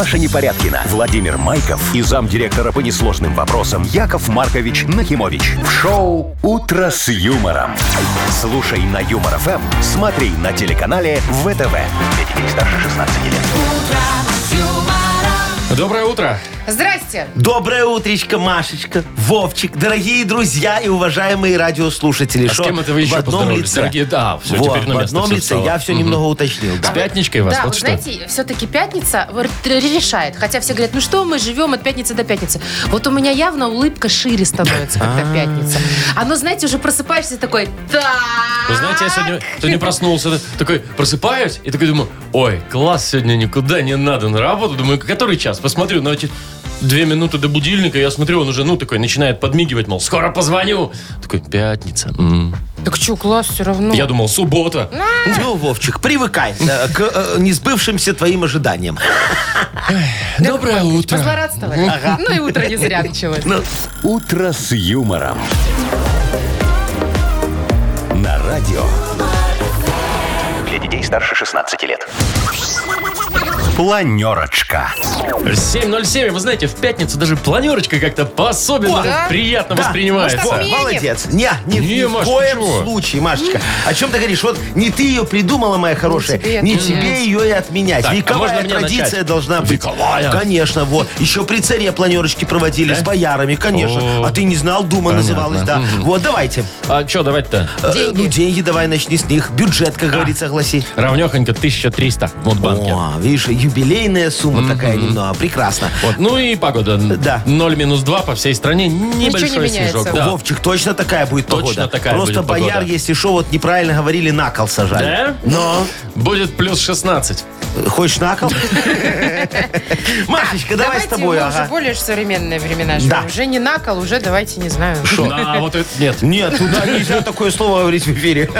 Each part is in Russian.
Маша Непорядкина, Владимир Майков и замдиректора по несложным вопросам Яков Маркович Нахимович. В шоу «Утро с юмором». Слушай на Юмор ФМ, смотри на телеканале ВТВ. Для детей старше 16 лет. Доброе утро. Здрасте. Доброе утречко, Машечка, Вовчик, дорогие друзья и уважаемые радиослушатели. А с кем это вы еще поздоровались, дорогие? Да, все, теперь на в место одном все лице встало. я все немного уточнил. С пятничкой вас, Да, вот вы что. знаете, все-таки пятница решает. Хотя все говорят, ну что мы живем от пятницы до пятницы. Вот у меня явно улыбка шире становится, когда пятница. Оно, знаете, уже просыпаешься такой, так. Вы знаете, я сегодня проснулся, такой просыпаюсь и такой думаю, ой, класс, сегодня никуда не надо на работу. Думаю, который час? Посмотрю, 2 минуты до будильника, я смотрю, он уже, такой, начинает подмигивать, мол, скоро позвоню. Такой, пятница. Так что, класс все равно. Я думал, суббота. Ну, Вовчик, привыкай к несбывшимся твоим ожиданиям. Доброе утро. Позлорадствовали? Ну и утро не зря началось. «Утро с юмором». На радио. Для детей старше 16 лет. Планерочка. 7:07, вы знаете, в пятницу даже планерочка как-то по-особенному Да? приятно Да. воспринимается. Может, отменим? Молодец. Ни в Маш, коем ты чего? случае, Машечка. О чем ты говоришь? Вот не ты ее придумала, моя хорошая, тебе не отменять. тебе ее и отменять. Так, а Вековая можно мне традиция начать? должна быть. Вековая? Конечно, вот. Еще при царе планерочки проводили с боярами, конечно. О. А ты не знал, Дума Понятно. называлась, да. Вот, давайте. А что, давайте-то? Деньги. Ну, деньги давай начни с них. Бюджет, как говорится, огласи. Равнехонько 1300 в Мудбанке. О, видишь, юбилейная сумма такая немного. Прекрасно. Вот, ну и погода. Да. 0-2 по всей стране. Небольшой не меняется. снежок. Да. Вовчик, точно такая будет Точно погода. такая Просто будет бояр, погода. если что, вот неправильно говорили, на кол сажали. Да? Но, Будет плюс 16. хочешь на кол? Машечка, давай с Давайте тобой. мы уже ага. более современные времена живем. Да. Уже не на кол, уже давайте, не знаю. А вот это нет. Нет, туда нельзя такое слово говорить в эфире.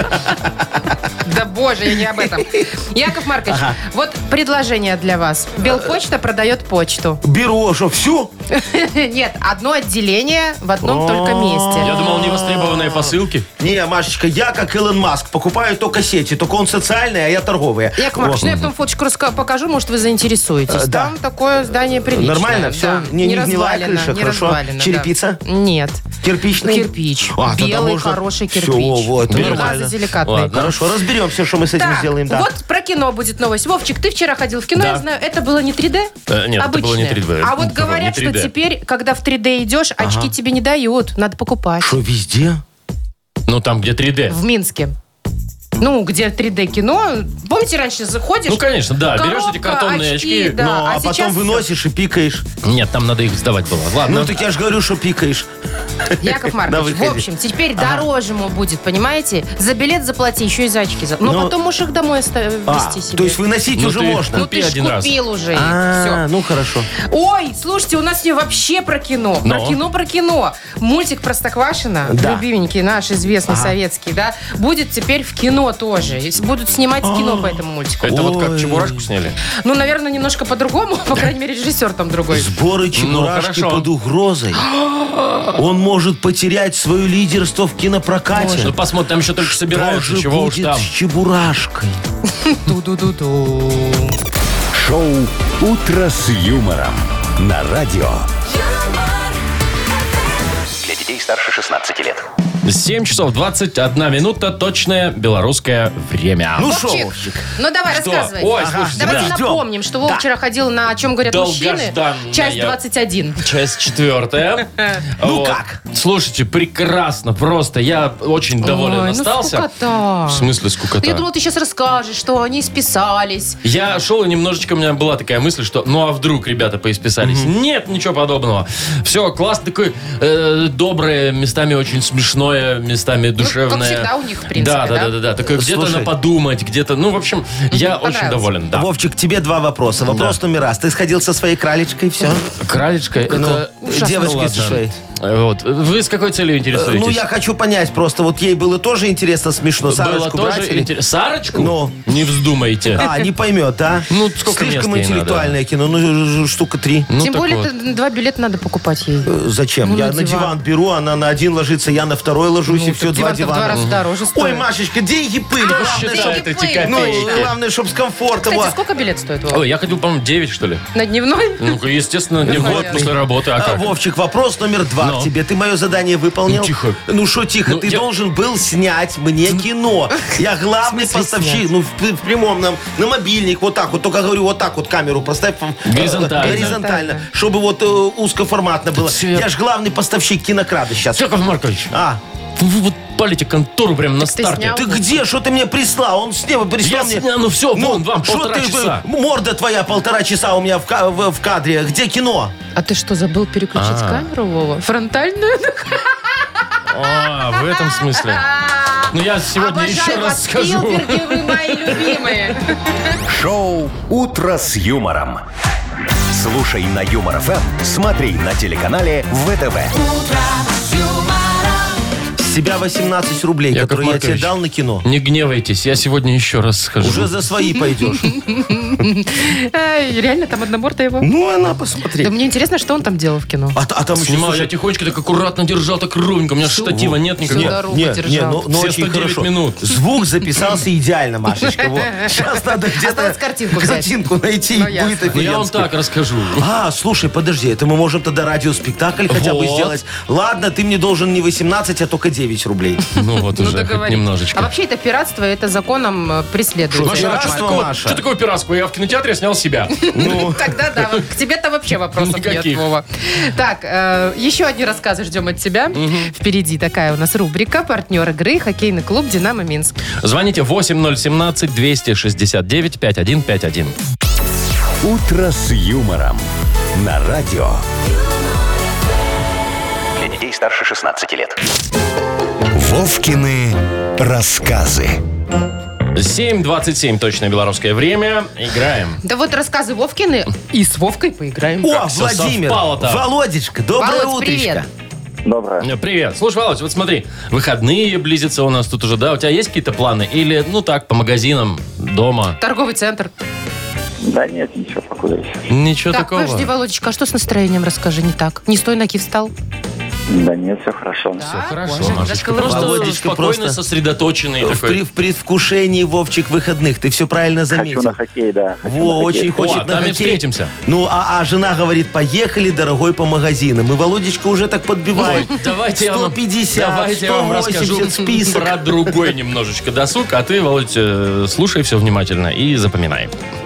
Да боже, я не об этом. Яков Маркович, вот предложение для вас. Белпочта продает почту. Беру, что, всю? Нет, одно отделение в одном только месте. Я думал, невостребованные посылки. Не, Машечка, я как Илон Маск покупаю только сети, только он социальный, а я торговые. Яков Маркович, ну я потом фоточку покажу, может, вы заинтересуетесь. Да. Там такое здание приличное. Нормально? Все? Да. Не гнилая развалено, крыша? не Хорошо. развалено, да. Черепица? Нет. Кирпичный? Кирпич. А, тогда Белый, можно- хороший Всё, кирпич. вот, Ну, нормально. газозеликатный. Ладно. Хорошо, разберемся, что мы с этим Так, сделаем. Да. вот про кино будет новость. Вовчик, ты вчера ходил в кино, Да. я знаю, это было не 3D? Нет, это было не Обычное. 3D. А вот Это было говорят, не что 3D. теперь, когда в 3D идешь, очки тебе не дают, надо покупать. Что, везде? Ну, там, где 3D. В Минске. Ну, где 3D кино. Помните, раньше заходишь? Ну, конечно, да. Берешь эти коробка, картонные очки. Да, Ну, а потом сейчас выносишь и пикаешь. Нет, там надо их сдавать было. Ладно. Ну, так я же говорю, что пикаешь. Яков На Маркович, в выходе. общем, теперь дороже ему будет, понимаете? За билет заплати, еще и за очки. Но Ну, потом можешь их домой вести себе. То есть выносить Ну, уже ты- можно? Ну, ты ж один раз. купил уже. А, Все. ну хорошо. Ой, слушайте, у нас сегодня вообще про кино. Но. Про кино. Мультик «Простоквашино», Да. любименький наш, известный советский, да, будет теперь в кино тоже. И будут снимать кино по этому мультику. Это вот как Ой. Чебурашку сняли? Ну, наверное, немножко по-другому. По крайней мере, режиссер там другой. Сборы Чебурашки хорошо. под угрозой. Он может потерять свое лидерство в кинопрокате. Ну, посмотрим, там еще только собираются, Тоже чего уж будет там. с Чебурашкой. Ду-ду-ду-ду. Шоу «Утро с юмором». На радио. Для детей старше 16 лет. 7 часов 21 минута, точное белорусское время. Ну шо, Вовчик, Вовчик? ну давай, Что? рассказывай. Ой, слушайте, Давайте да. напомним, что Вов Да. вчера ходил на «О чем говорят мужчины». Долгожданная. Часть 21. Часть 4. Ну как? Слушайте, прекрасно, просто. Я очень доволен Ой, ну остался. скукота. В смысле скукота? Я думала, ты сейчас расскажешь, что они списались. Я шел, и немножечко у меня была такая мысль, что ну а вдруг ребята поисписались. Нет, ничего подобного. Все, класс такой, доброе, местами очень смешное, местами душевное. как всегда у них, в принципе, да? Да. Такое где-то Слушай. на подумать, где-то, ну, в общем, я очень понравилось. доволен, да. Вовчик, тебе два вопроса. Вопрос номер раз. Ты сходил со своей кралечкой, все? Кралечка, это... ужасно. Девочкой Ладно. со своей. Вот. Вы с какой целью интересуетесь? Ну, я хочу понять просто. Вот ей было тоже интересно, смешно. Было Сарочку тоже брать или- интересно. Сарочку? Ну. Не вздумайте. А, не поймет, да? Ну, сколько Слишком места ей интеллектуальное кино. Ну, штука 3. Тем более, 2 билета надо покупать ей. Зачем? Ну, Я на на диван. диван беру, она на один ложится, я на второй. второй ложусь, и все, два диван-то в 2 дивана. раза дороже стоит. Ой, Машечка, деньги пыль. Считает эти пыль. Ну, копейки. главное, чтобы с комфортом. Кстати, сколько билет стоит, Вов? Ой, я ходил, по-моему, 9, что ли? На дневной? Ну, естественно, не понятно. год после работы, а как? Вовчик, вопрос номер 2 Ну. к тебе. Ты мое задание выполнил? Ну, тихо. Ну, что тихо? Ну, Ты я- должен был снять мне кино. Я главный В смысле поставщик. снять? Ну, в прямом, на мобильник, вот так вот. Только говорю, вот так вот камеру поставь. Горизонтально. Горизонтально. Чтобы вот узкоформатно было. всё я- Я же главный поставщик кинокрада сейчас. Яков Маркович, А, вы вот палите контору прям на Так ты старте. снял? ты где? Что ты мне прислал? Он с неба прислал мне. Ну все, вон вам что 1,5 ты, часа. морда твоя 1,5 часа у меня в кадре. Где кино? А ты что, забыл переключить камеру, Вова? Фронтальную? А, в этом смысле. Ну, я сегодня еще Обожаю раз вас, скажу. Спилберги, вы мои любимые. Шоу «Утро с юмором». Слушай на Юмор ФМ, смотри на телеканале ВТВ. С себя 18 рублей, Яков которые я тебе Маркович. дал на кино. Не гневайтесь, я сегодня еще раз скажу. Уже за свои пойдешь. Ай, реально, там одноморда его? Ну, она посмотри. Да мне интересно, что он там делал в кино. А там еще, Снимал, слушай, я тихонечко так аккуратно держал, так ровненько. У меня штатива нет Всю никакого. дорогу не, держал. ну Все очень 109 хорошо. минут. Звук записался идеально, Машечка. Вот. Сейчас надо где-то Осталось картинку взять. картинку найти, Ну, и ясно. будет Ну, я вам офигенски. так расскажу. А, слушай, подожди, это мы можем тогда радиоспектакль хотя бы Вот. сделать. Ладно, ты мне должен не 18, а только 9 рублей. Ну, вот Ну, уже хоть договорились. немножечко. А вообще это пиратство, это законом преследуется. Маша, Яков а что пиратство, Маркович. такого, Маша? что такое пиратское? Я в кинотеатре снял себя. Тогда да, вот к тебе-то вообще вопросов нет, Никаких. Вова. Так, еще одни рассказы ждем от тебя. Впереди такая у нас рубрика «Партнер игры» хоккейный клуб «Динамо Минск». Звоните 8017-269-5151. «Утро с юмором» на радио. Для детей старше 16 лет. Вовкины рассказы. 7:27 точное белорусское время. Играем. Да вот рассказы Вовкины, и с Вовкой поиграем. О, всё Владимир, совпало-то. Володечка, доброе Володь, привет. утречко. Доброе. Привет. Слушай, Володь, вот смотри, выходные близятся у нас тут уже, да? У тебя есть какие-то планы? Или, ну так, по магазинам, дома? Торговый центр. Да нет, ничего, покуда еще. Ничего Так, такого. подожди, Володечка, а что с настроением, расскажи, не так? Не стой, ноги встал. Да нет, все хорошо. Да? Хорошо, Боже, Машечка. даже Просто Володечка спокойный, просто сосредоточенный В такой. предвкушении, Вовчик, выходных. Ты все правильно Хочу заметил. на хоккей, да. Хочу Во, на хоккей. очень хочет О, на там и хоккей. встретимся. Ну, а жена говорит, поехали, дорогой, по магазинам. И Володечка уже так подбивает. Ой, давайте я вам, 150, давайте я вам расскажу 180 список. про другой немножечко досуг, а ты, Володь, слушай все внимательно и запоминай.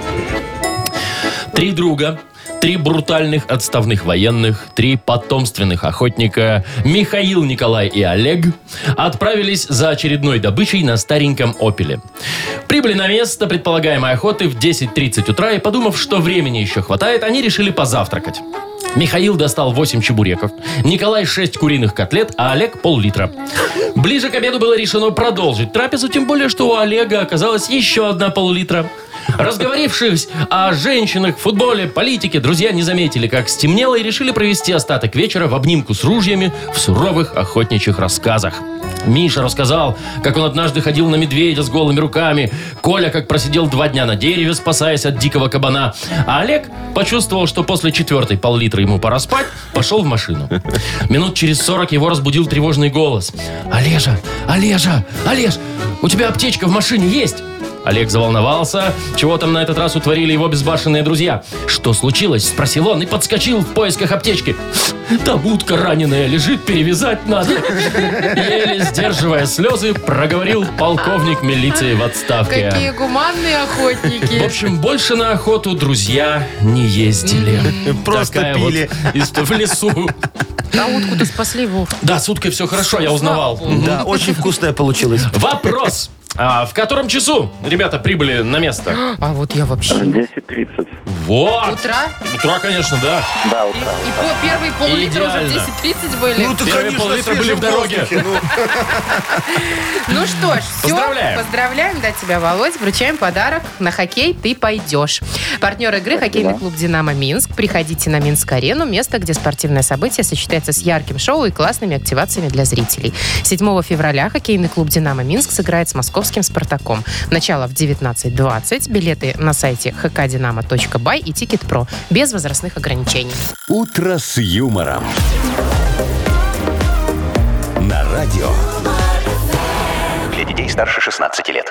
3 друга, 3 брутальных отставных военных, 3 потомственных охотника, Михаил, Николай и Олег, отправились за очередной добычей на стареньком «Опеле». Прибыли на место предполагаемой охоты в 10:30 утра и, подумав, что времени еще хватает, они решили позавтракать. Михаил достал 8 чебуреков, Николай 6 куриных котлет, а Олег пол-литра. Ближе к обеду было решено продолжить трапезу, тем более, что у Олега оказалась еще одна пол-литра. Разговорившись о женщинах, футболе, политике, друзья не заметили, как стемнело, и решили провести остаток вечера в обнимку с ружьями в суровых охотничьих рассказах. Миша рассказал, как он однажды ходил на медведя с голыми руками, Коля как просидел 2 дня на дереве, спасаясь от дикого кабана, а Олег почувствовал, что после 4-й пол-литра ему пора спать, пошел в машину. Минут через 40 его разбудил тревожный голос. «Олежа, Олежа, Олеж, у тебя аптечка в машине есть?» Олег заволновался. Чего там на этот раз утворили его безбашенные друзья? «Что случилось?» – спросил он и подскочил в поисках аптечки. «Там утка раненая лежит, перевязать надо». Еле сдерживая слезы, проговорил полковник милиции в отставке. Какие гуманные охотники. В общем, больше на охоту друзья не ездили. Просто Такая пили. Вот в лесу. А утку-то спасли, Вов. Да, с уткой все хорошо, я узнавал. Да, очень вкусное получилось. Вопрос. В котором часу ребята прибыли на место? А вот я вообще... 10:30. Вот. Утра? Утра, конечно, да. Да, утро. И по первый пол-литра уже в Идеально. 10:30 были. Ну, ты, Первые конечно, пол-литра были свежем в дороге. воздухе, ну. Ну что ж, все. Поздравляем. Поздравляем, да, тебя, Володь. Вручаем подарок. На хоккей ты пойдешь. Партнер игры хоккейный клуб «Динамо Минск». Приходите на Минск-арену, место, где спортивное событие сочетается с ярким шоу и классными активациями для зрителей. 7 февраля хоккейный клуб «Динамо Минск» сыграет с московским «Спартаком». Начало в 19:20. Билеты на сайте hkdinamo.by и Тикет.Про. Без возрастных ограничений. «Утро с юмором» на на радио. Для детей старше 16 лет.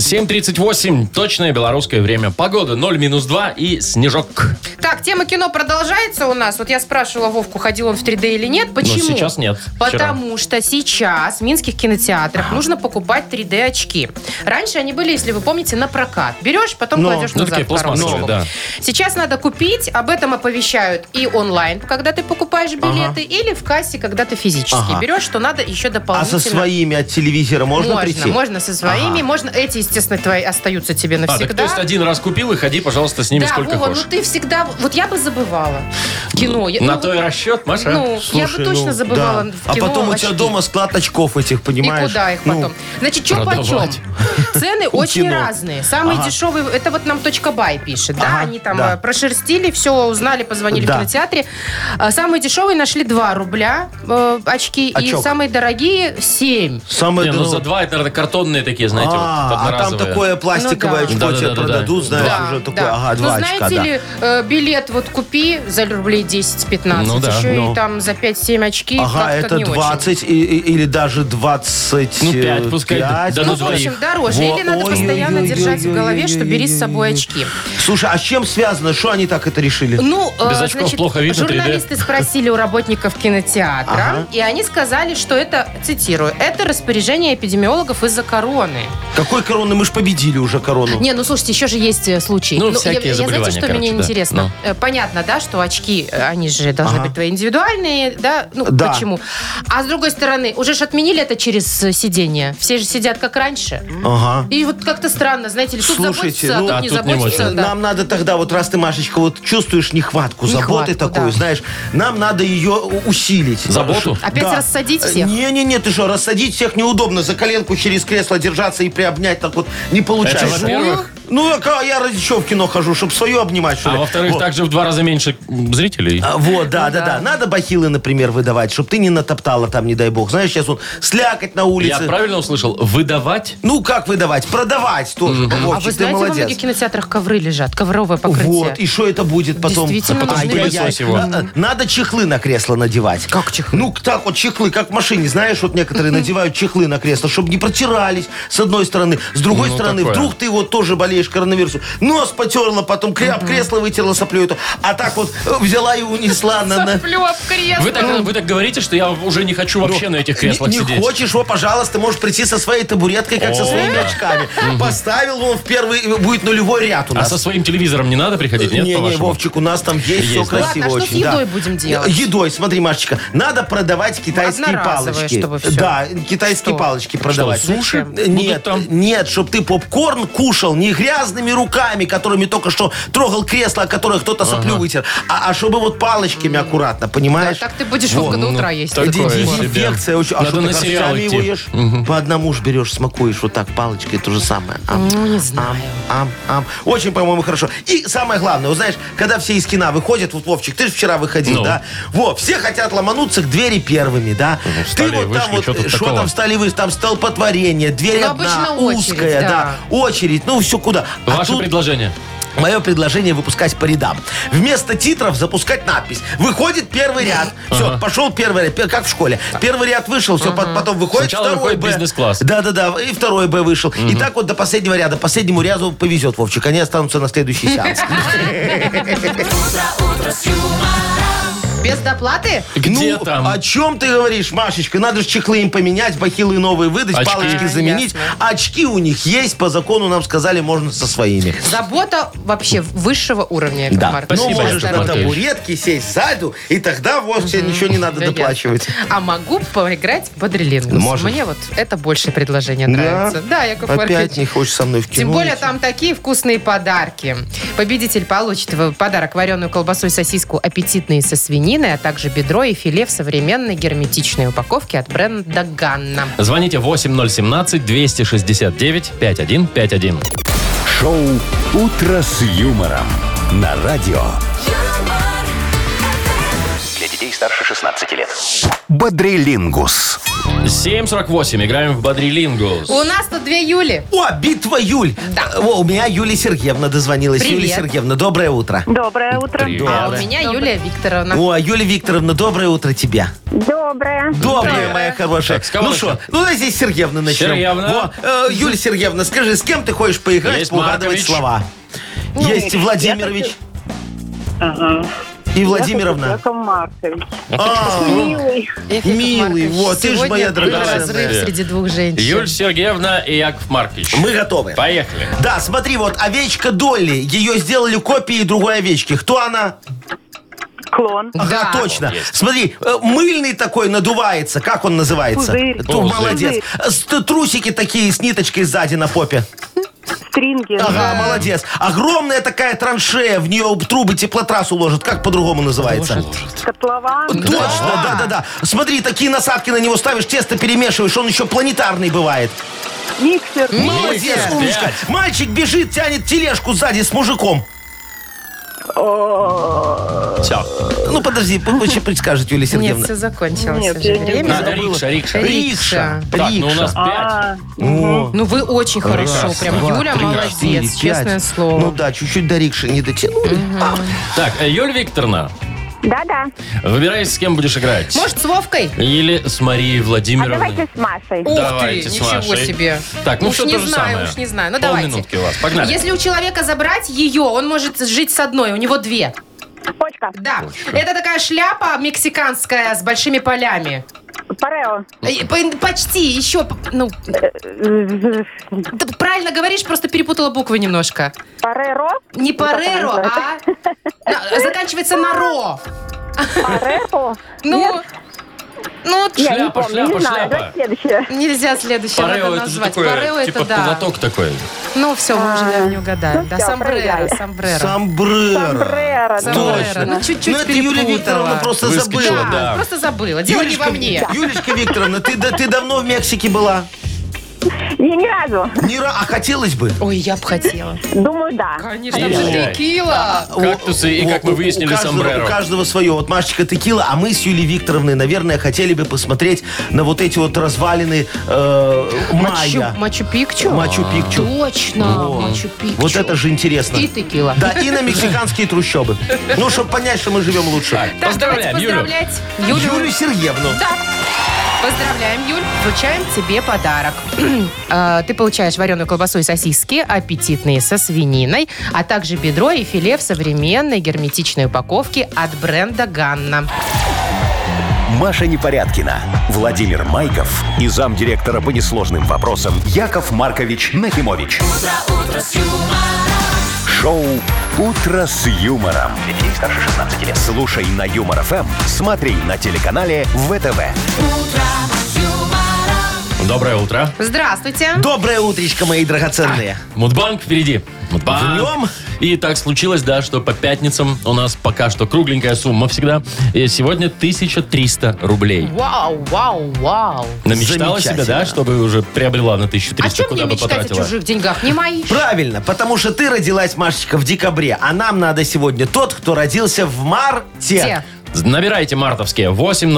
7:38, точное белорусское время. Погода 0-2 и снежок. Так, тема кино продолжается у нас. Вот я спрашивала Вовку, ходил он в 3D или нет. Почему? Но сейчас нет. Потому что сейчас в минских кинотеатрах нужно покупать 3D-очки. Раньше они были, если вы помните, на прокат. Берешь, потом кладешь назад такие в коробочку. пластмассовые, да. Сейчас надо купить, об этом оповещают и онлайн, когда ты покупаешь билеты, или в кассе, когда ты физически берешь, что надо еще А дополнительно... со своими от телевизора можно прийти? Можно со своими, можно. Эти, естественно, твои остаются тебе навсегда. Так то есть один раз купил и ходи, пожалуйста, с ними Да, сколько Вова, хочешь. ну ты всегда... Вот я бы забывала кино. На то и расчет, Маша. Ну, я бы точно забывала да. в кино А потом у тебя очки. дома склад очков этих, И понимаешь? куда их Ну, потом? Значит, что продавать. почем? Цены очень кино. разные. Самый дешевый, это вот нам .бай пишет, да? Ага, Они там да. прошерстили, все узнали, позвонили Да. в кинотеатре. Самый дешевый нашли 2 рубля очки, Очок. и самые дорогие 7. Самое Не, ну дорогое. за 2 это, наверное, картонные такие, знаете, вот А там одноразовые. такое пластиковое Ну да. очко тебе Да-да-да-да. продадут, знаешь, Да, уже такое, да. ага, Ну, 2 очка, знаете да. ли, билет вот купи за рублей 10-15, Ну да, еще ну. и там за 5-7 очки. Ага, как-то это не очень. 20 или даже 25. Ну, 5 пускай, да Ну, на в общем, двоих. дороже. Во, Или надо ой, постоянно ой, держать ой, в голове, ой, что ой, бери с ой, собой ой. очки. Слушай, а с чем связано? Что они так это решили? Ну, Без очков плохо видно 3D. журналисты спросили у работников кинотеатра, Ага. и они сказали, что это, цитирую, это распоряжение эпидемиологов из-за короны. Какой короны? Мы ж победили уже корону. Не, ну слушайте, еще же есть случаи. Ну, всякие заболевания, знаете, что короче, мне да. интересно? Понятно, да, что очки, они же должны быть твои индивидуальные, да? Ну, Да. почему? А с другой стороны, уже ж отменили это через сиденье. Все же сидят как раньше. Ага. И вот как-то странно, знаете ли, тут Слушайте, заботиться, ну, а а тут не тут не заботиться. очень. Да. Нам надо тогда, вот раз ты, Машечка, вот чувствуешь нехватку заботы Нехватку, такую, да. знаешь, нам надо ее усилить. Заботу? Опять Да. рассадить всех? Не-не-не, ты что, рассадить всех неудобно, за коленку через кресло держаться и приобнять так вот не получается. Это во-первых. Ну, а я ради чего в кино хожу, чтобы свое обнимать, что А ли? во-вторых, Вот. также в 2 раза меньше зрителей. Вот, да. Надо бахилы, например, выдавать, чтобы ты не натоптала там, не дай бог. Знаешь, сейчас вот слякоть на Я улице. правильно услышал? Выдавать? Ну, как выдавать? Продавать тоже. А Вовчик, вы ты знаете, во молодец. многих кинотеатрах ковры лежат, ковровое покрытие. Вот, и что это будет потом? Действительно, А потом нужны пылесось его. Надо чехлы на кресло надевать. Как чехлы? Ну, так вот чехлы, как в машине, знаешь, вот некоторые надевают чехлы на кресло, чтобы не протирались с одной стороны. С другой Ну, стороны, такое. вдруг ты вот тоже болеешь коронавирусом. Нос потерла, потом кресло вытерла соплю эту. А так вот взяла и унесла на... Соплю об кресло. Вы так говорите, что я уже не хочу вообще на этих креслах не сидеть. хочешь, пожалуйста, можешь прийти со своей табуреткой, как со своими очками. Поставил он в первый, будет нулевой ряд у А нас. со своим телевизором не надо приходить, нет, Не, по-вашему? Вовчик, у нас там есть все Есть, да? красиво Ладно, а что очень. с едой да. будем делать? Едой, смотри, Машечка, надо продавать китайские Одноразовые, палочки. чтобы всё. Да, китайские Что? палочки продавать. Что, суши? Нет, Будут там? нет, чтобы ты попкорн кушал не грязными руками, которыми только что трогал кресло, о которое кто-то соплю вытер, а чтобы вот палочками аккуратно, понимаешь? Так ты будешь Вовка, до утра есть. так. такое. Такое себе. Дезинфекция очень. А Надо что на ты сериал горстями идти. его ешь? По одному ж берешь, смакуешь вот так палочкой, то же самое. Ну, не знаю. Очень, по-моему, хорошо. И самое главное, вот знаешь, когда все из кино выходят, вот, Вовчик, ты же вчера выходил, Ну. да? Вот, все хотят ломануться к двери первыми, да? встали Ты и вот там вышли, вот, что тут что такого? там встали вы, там столпотворение, дверь Ну, одна, обычно очередь, узкая, да. очередь, ну все куда. А Ваше тут предложение. мое предложение выпускать по рядам. Вместо титров запускать надпись. Выходит первый ряд. Все, пошел первый ряд, как в школе. Первый ряд вышел, все, потом выходит Сначала второй выходит Б. бизнес-класс. Да, и второй Б вышел. И так вот до последнего ряда. Последнему ряду повезет, Вовчик. Они останутся на следующий сеанс. Без доплаты? Где Ну, там? о чем ты говоришь, Машечка? Надо же чехлы им поменять, бахилы новые выдать, Очки. палочки заменить. Ясно. Очки у них есть, по закону нам сказали, можно со своими. Забота вообще высшего уровня, Яков Да. Маркович. Ну, Спасибо, можешь Яков на Маркович. табуретке сесть сзаду, и тогда вовсе ничего не надо Да, доплачивать. ясно. А могу поиграть в бодрилингус. Можешь. Мне вот это больше предложение нравится. Да, Яков Опять Маркович. не хочешь со мной в кино? Тем более идти? там такие вкусные подарки. Победитель получит в подарок вареную колбасу и сосиску аппетитные со свининой, а также бедро и филе в современной герметичной упаковке от бренда «Ганна». Звоните 8017-269-5151. Шоу «Утро с юмором» на радио. Для детей старше 16 лет. Бодрилингус. 7:48. Играем в Бодрилингус. У нас тут 2 Юли. О, битва Юль. О, у меня Юлия Сергеевна дозвонилась. Привет. Юлия Сергеевна, доброе утро. Доброе утро. Привет. А у меня Юлия Викторовна. О, Юлия Викторовна, доброе утро тебе. Доброе. Доброе, моя хорошая. Так, с кого Ну начнем? что, ну давай здесь с Сергеевны начнем. Сергеевна. Юлия Сергеевна, скажи, с кем ты хочешь поиграть, Есть поугадывать Маркович. слова? Есть Владимирович и Владимировна. Яков Маркович. А, Милый. Яков Милый, Маркович, вот, ты ж сегодня моя был драгоценная. разрыв среди 2 женщин. Юль Сергеевна и Яков Маркович. мы готовы. Поехали. Да, смотри, вот овечка Долли, ее сделали копией другой овечки. Кто она? Клон. Ага, Да. точно. Есть. Смотри, мыльный такой надувается. Как он называется? Пузырь. Молодец. Трусики такие с ниточкой сзади на попе. Стринги. Ага, молодец. Огромная такая траншея, в нее трубы теплотрассу ложат. Как по-другому называется? Котлован. Точно, да. Смотри, такие насадки на него ставишь, тесто перемешиваешь, он еще планетарный бывает. Миксер. Молодец, Миксер, умничка. пять. Мальчик бежит, тянет тележку сзади с мужиком. Все. Ну, подожди, вы еще предскажете, Юлия Нет, Сергеевна. все закончилось Нет, уже я не время. Надо рикша. Рикша. Так, ну у нас 5. А, Ну, вы очень хорошо. Прям Два, Юля три, молодец, четыре, честное пять. слово. Ну да, чуть-чуть до рикши не дотянули. Так, Юль Викторовна, да-да. выбирай, с кем будешь играть. Может, с Вовкой? Или с Марией А Владимировной. давайте с Машей. Ух Давайте ты, с ничего Машей. себе. Так, ну уж все не то же знаю, самое. уж не знаю. Ну, давайте. Полминутки у вас. Погнали. Если у человека забрать ее, он может жить с одной, у него 2. Почка. Да. Это такая шляпа мексиканская с большими полями. Парео. Почти, еще, ну, ты правильно говоришь, просто перепутала буквы немножко. Пареро. Не пареро, а заканчивается на ро. Парео. Ну, Я не Шляпа, помню, не знаю. шляпа. Давай следующее. нельзя следующее Парео надо это же назвать. такое, Парео типа это да. платок такой. Ну все, мы уже, наверное, не угадаем. Ну Да, всё, сомбреро, проиграли. сомбреро. Сомбреро. Пареро. Сомбреро. Ну, чуть-чуть Ну, это Юлия перепутала. Викторовна просто Выскочила, забыла. да. Просто забыла. Дело не во мне. Юлечка Викторовна, ты давно в Мексике была? Ни разу. А хотелось бы? Ой, я бы хотела. Думаю, да. Конечно, Ей там же жаль. текила. Кактусы и, как мы выяснили, у сомбреро. каждого свое. Вот Машечка текила, а мы с Юлией Викторовной, наверное, хотели бы посмотреть на вот эти вот развалины майя. Мачу-Пикчу? Мачу-Пикчу. Точно, Во. Мачу-Пикчу. Вот это же интересно. И текила. Да, и на мексиканские трущобы. Ну, чтобы понять, что мы живем лучше. Так, Поздравляем, давайте Юлю. поздравлять Юлю. Юлию Сергеевну. Да. Поздравляем, Юль. Вручаем тебе подарок. Ты получаешь вареную колбасу и сосиски, аппетитные со свининой, а также бедро и филе в современной герметичной упаковке от бренда «Ганна». Маша Непорядкина, Владимир Майков и замдиректора по несложным вопросам Яков Маркович Нахимович. Шоу «Утро с юмором». Для детей старше 16 лет. Слушай на Юмор ФМ, смотри на телеканале ВТВ. Доброе утро. Здравствуйте. Доброе утречко, мои драгоценные. Мудбанк впереди. Мудбанк. В нем? И так случилось, да, что по пятницам у нас пока что кругленькая сумма всегда. И сегодня 1300 рублей. Вау, вау, вау. Намечтала себе, да, Замечательно. чтобы уже приобрела на 1300, А что мне куда бы мечтать о потратила? чужих деньгах? Не мои. Правильно, потому что ты родилась, Машечка, в декабре, а нам надо сегодня тот, кто родился в марте. Те. Набирайте мартовские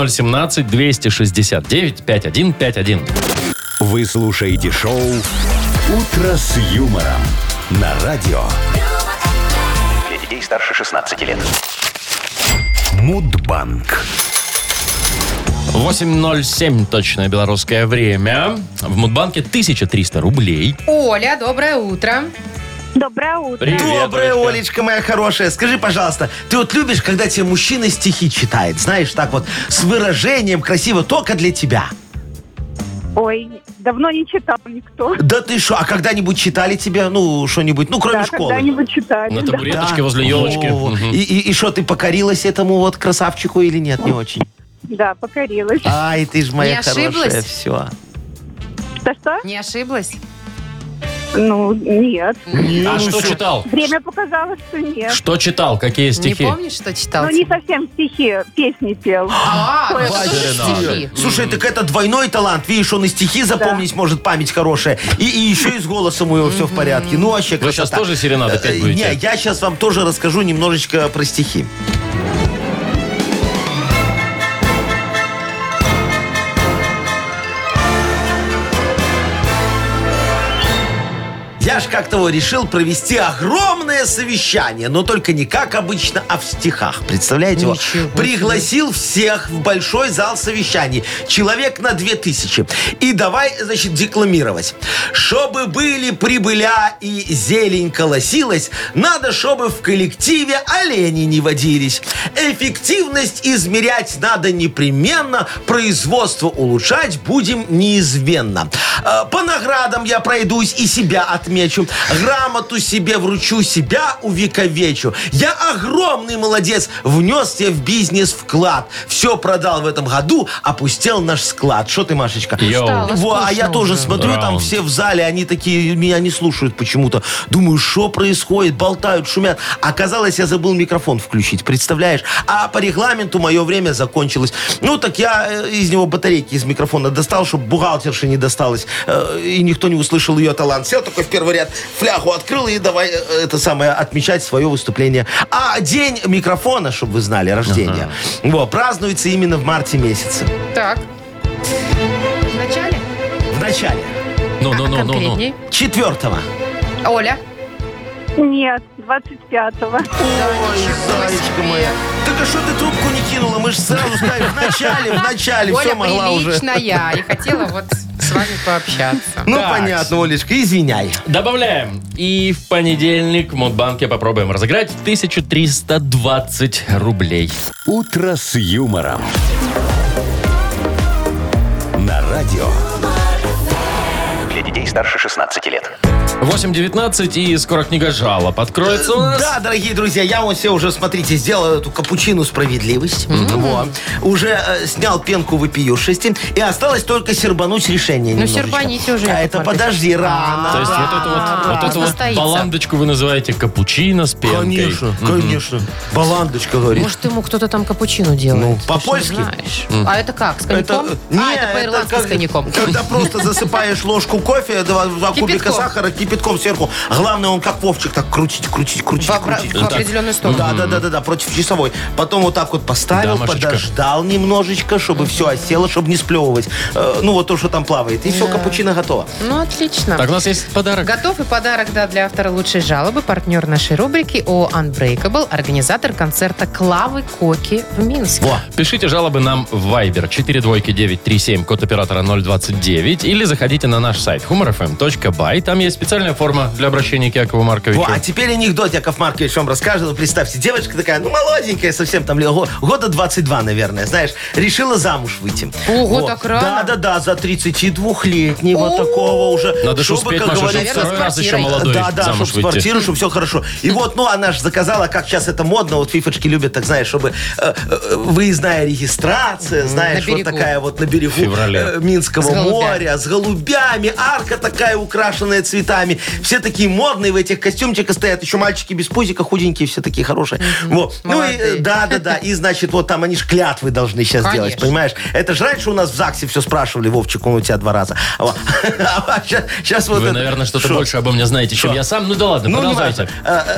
8017-269-5151. Вы слушаете шоу «Утро с юмором» на радио Для детей старше 16 лет. Мудбанк. 8:07 точное белорусское время. В Мудбанке 1300 рублей. Оля, доброе утро. Доброе утро. Привет, Доброе, Олечка. Олечка моя хорошая. Скажи, пожалуйста, ты вот любишь, когда тебе мужчина стихи читает, знаешь, так вот, с выражением, красиво, только для тебя? Ой, давно не читал никто. Да ты что, а когда-нибудь читали тебе, ну, что-нибудь, ну, кроме Да, школы? когда-нибудь читали. На да. табуреточке Да. возле елочки. Во-во-во. Мгм. И что, ты покорилась этому вот красавчику или нет, не очень? Да, покорилась. Ай, ты ж моя Не ошиблась? хорошая, все. Что-что? Не ошиблась? Ну, нет. А что читал? Время показало, что нет. Что читал? Какие стихи? Не помнишь, что читал? Ну, не совсем стихи, песни пел. А, ну, это тоже Вадина. стихи. Слушай, так это двойной талант. Видишь, он и стихи запомнить может, память хорошая. И еще и с голосом у него все в порядке. Ну, вообще Вы сейчас красота. тоже серенады петь будете? Не, я сейчас вам тоже расскажу немножечко про стихи. Я ж как-то решил провести огромное совещание, но только не как обычно, а в стихах. Представляете? Ничего себе. Пригласил всех в большой зал совещаний. Человек на 2000. И давай, значит, декламировать. Чтобы были прибыля и зелень колосилась, надо, чтобы в коллективе олени не водились. Эффективность измерять надо непременно, производство улучшать будем неизменно. По наградам я пройдусь и себя отмечу. Грамоту себе вручу, себя увековечу. Я огромный молодец, внес я в бизнес вклад. Все продал в этом году, опустел наш склад. Что ты, Машечка? Йоу. Стало Во, а я скучно тоже уже. смотрю, там Раунд. все в зале, они такие, меня не слушают почему-то. Думаю, что происходит? Болтают, шумят. Оказалось, я забыл микрофон включить, представляешь? А по регламенту мое время закончилось. Ну, так я из него батарейки из микрофона достал, чтобы бухгалтерше не досталось. И никто не услышал ее талант. Сел такой в первый ряд, флягу открыл и давай это самое отмечать свое выступление. А день микрофона, чтобы вы знали, рождения, празднуется именно в марте месяце. Так. В начале? В начале. Ну. Конкретней. 4-го. Оля. Нет, 25-го. Ой, зайчка моя. Так а что ты трубку не кинула? Мы же сразу сказали, в начале, все Оля могла уже. приличная и хотела вот с вами пообщаться. Ну, Так. понятно, Олечка, извиняй. Добавляем. И в понедельник в Мудбанке попробуем разыграть 1320 рублей. «Утро с юмором». На радио. Для детей старше 16 лет. 8:19, и скоро книга жалоб откроется у нас. Да, дорогие друзья, я вот себе уже, смотрите, сделал эту капучину «Справедливость». Вот. Уже снял пенку вопиюшести. И осталось только сербануть решение Ну, немножечко. сербаните уже, А Яков это Маркович. подожди, рано. То есть вот эту вот состоится. баландочку вы называете капучино с пенкой. Конечно, конечно. Баландочка, говорит. Может, ему кто-то там капучино делает. Ну, Ты ж по-польски. не знаешь. А это как, с коньяком? Не, это по-ирландски с коньяком. Когда просто засыпаешь ложку кофе, 2 кубика сахара, кипятком сверху. Главное, он как Вовчик, так крутить. В определенную сторону. Да, против часовой. Потом вот так вот поставил, Да, Машечка. подождал немножечко, чтобы все осело, чтобы не сплевывать. Ну, вот то, что там плавает. И все, капучино готово. Ну, отлично. Так, у нас есть подарок. Готов и подарок, да, для автора лучшей жалобы, партнер нашей рубрики ООО Unbreakable, организатор концерта Клавы Коки в Минске. Во. Пишите жалобы нам в Viber 42937, код оператора 029, или заходите на наш сайт humorfm.by. Там есть специальная форма для обращения к Якову Марковичу. Во, а теперь анекдот Яков Маркович вам расскажет. Представьте, девочка такая, ну, молоденькая совсем, там, года 22, наверное, знаешь, решила замуж выйти. Ого, Во. так рано? Да, за 32-летнего такого уже. Надо же Чтобы, успеть, как Маша, чтобы говорится, второй раз еще квартирой. молодой Да, замуж чтобы с выйти. квартиры, чтобы все хорошо. И вот, ну, она же заказала, как сейчас это модно, вот фифочки любят, так знаешь, чтобы выездная регистрация, знаешь, На вот берегу. такая вот на берегу В феврале. Минского С голубями. моря, с голубями, арка такая украшенная цветами. Все такие модные в этих костюмчиках стоят, еще мальчики без пузика, худенькие, все такие хорошие. Вот. Ну и Молодые. да. И значит, вот там они ж клятвы должны сейчас Конечно. делать, понимаешь? Это же раньше у нас в ЗАГСе все спрашивали, Вовчик, он у тебя 2 раза. Вот. А сейчас вот Вы, это- наверное, что-то Шо? больше обо мне знаете, чем Шо? я сам. Ну да ладно, Ну, не продолжайте.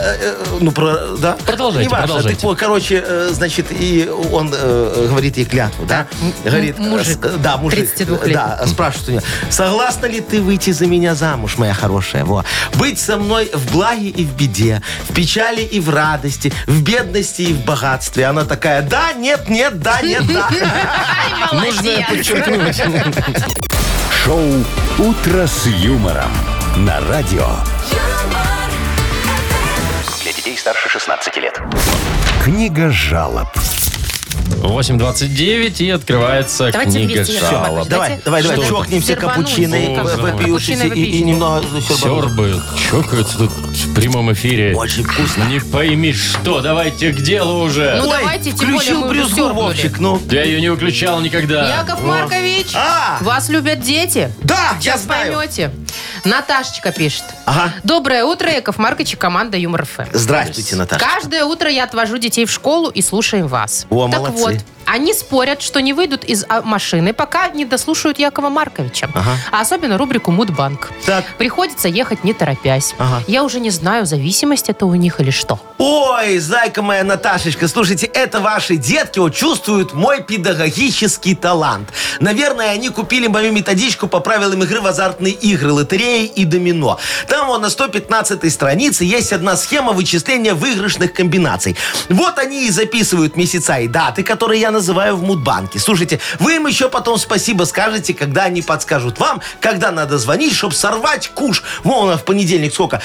важно. Да? Продолжайте, Не важно. продолжайте. Так вот, короче, значит, и он говорит ей клятву, да? Говорит, мужик, да, мужик. 32-летний. Да, спрашивает у нее, согласна ли ты выйти за меня замуж, моя хорошая? Во. Быть со мной в благе и в беде, в печали и в радости, в бедности и в богатстве. Она такая, да, нет, да, нет, да. Нужно подчеркнуть. Шоу «Утро с юмором». На радио. Для детей старше 16 лет. Книга жалоб. 8:29, и открывается Давайте книга вместе, Яков жалоб. Маркович. Давай, Что чокнемся Сербануть. капучиной, О, вопиюшись капучино и немного Сербают, чокаются тут в прямом эфире. Очень вкусно. Не пойми что, давайте к делу уже. Ну, давайте, тем более включил мы уже брюзгу, сёрбнули. Вовчик, ну. Я ее не выключал никогда. Яков Маркович, А! вас любят дети. Да, я Сейчас знаю. поймете. Наташечка пишет. Ага. Доброе утро, Яков Маркович и команда Юмор ФМ. Здравствуйте, Наташа. Каждое утро я отвожу детей в школу и слушаем вас. О, так молодцы. вот, они спорят, что не выйдут из машины, пока не дослушают Якова Марковича. Ага. А особенно рубрику «Мудбанк». Так. Приходится ехать не торопясь. Ага. Я уже не знаю, зависимость это у них или что. Ой, зайка моя Наташечка, слушайте, это ваши детки вот чувствуют мой педагогический талант. Наверное, они купили мою методичку по правилам игры в азартные игры, лотереи и домино. Там на 115-й странице есть одна схема вычисления выигрышных комбинаций. Вот они и записывают месяца и даты, которые я называю в Мудбанке. Слушайте, вы им еще потом спасибо скажете, когда они подскажут вам, когда надо звонить, чтобы сорвать куш. Вон, в понедельник сколько?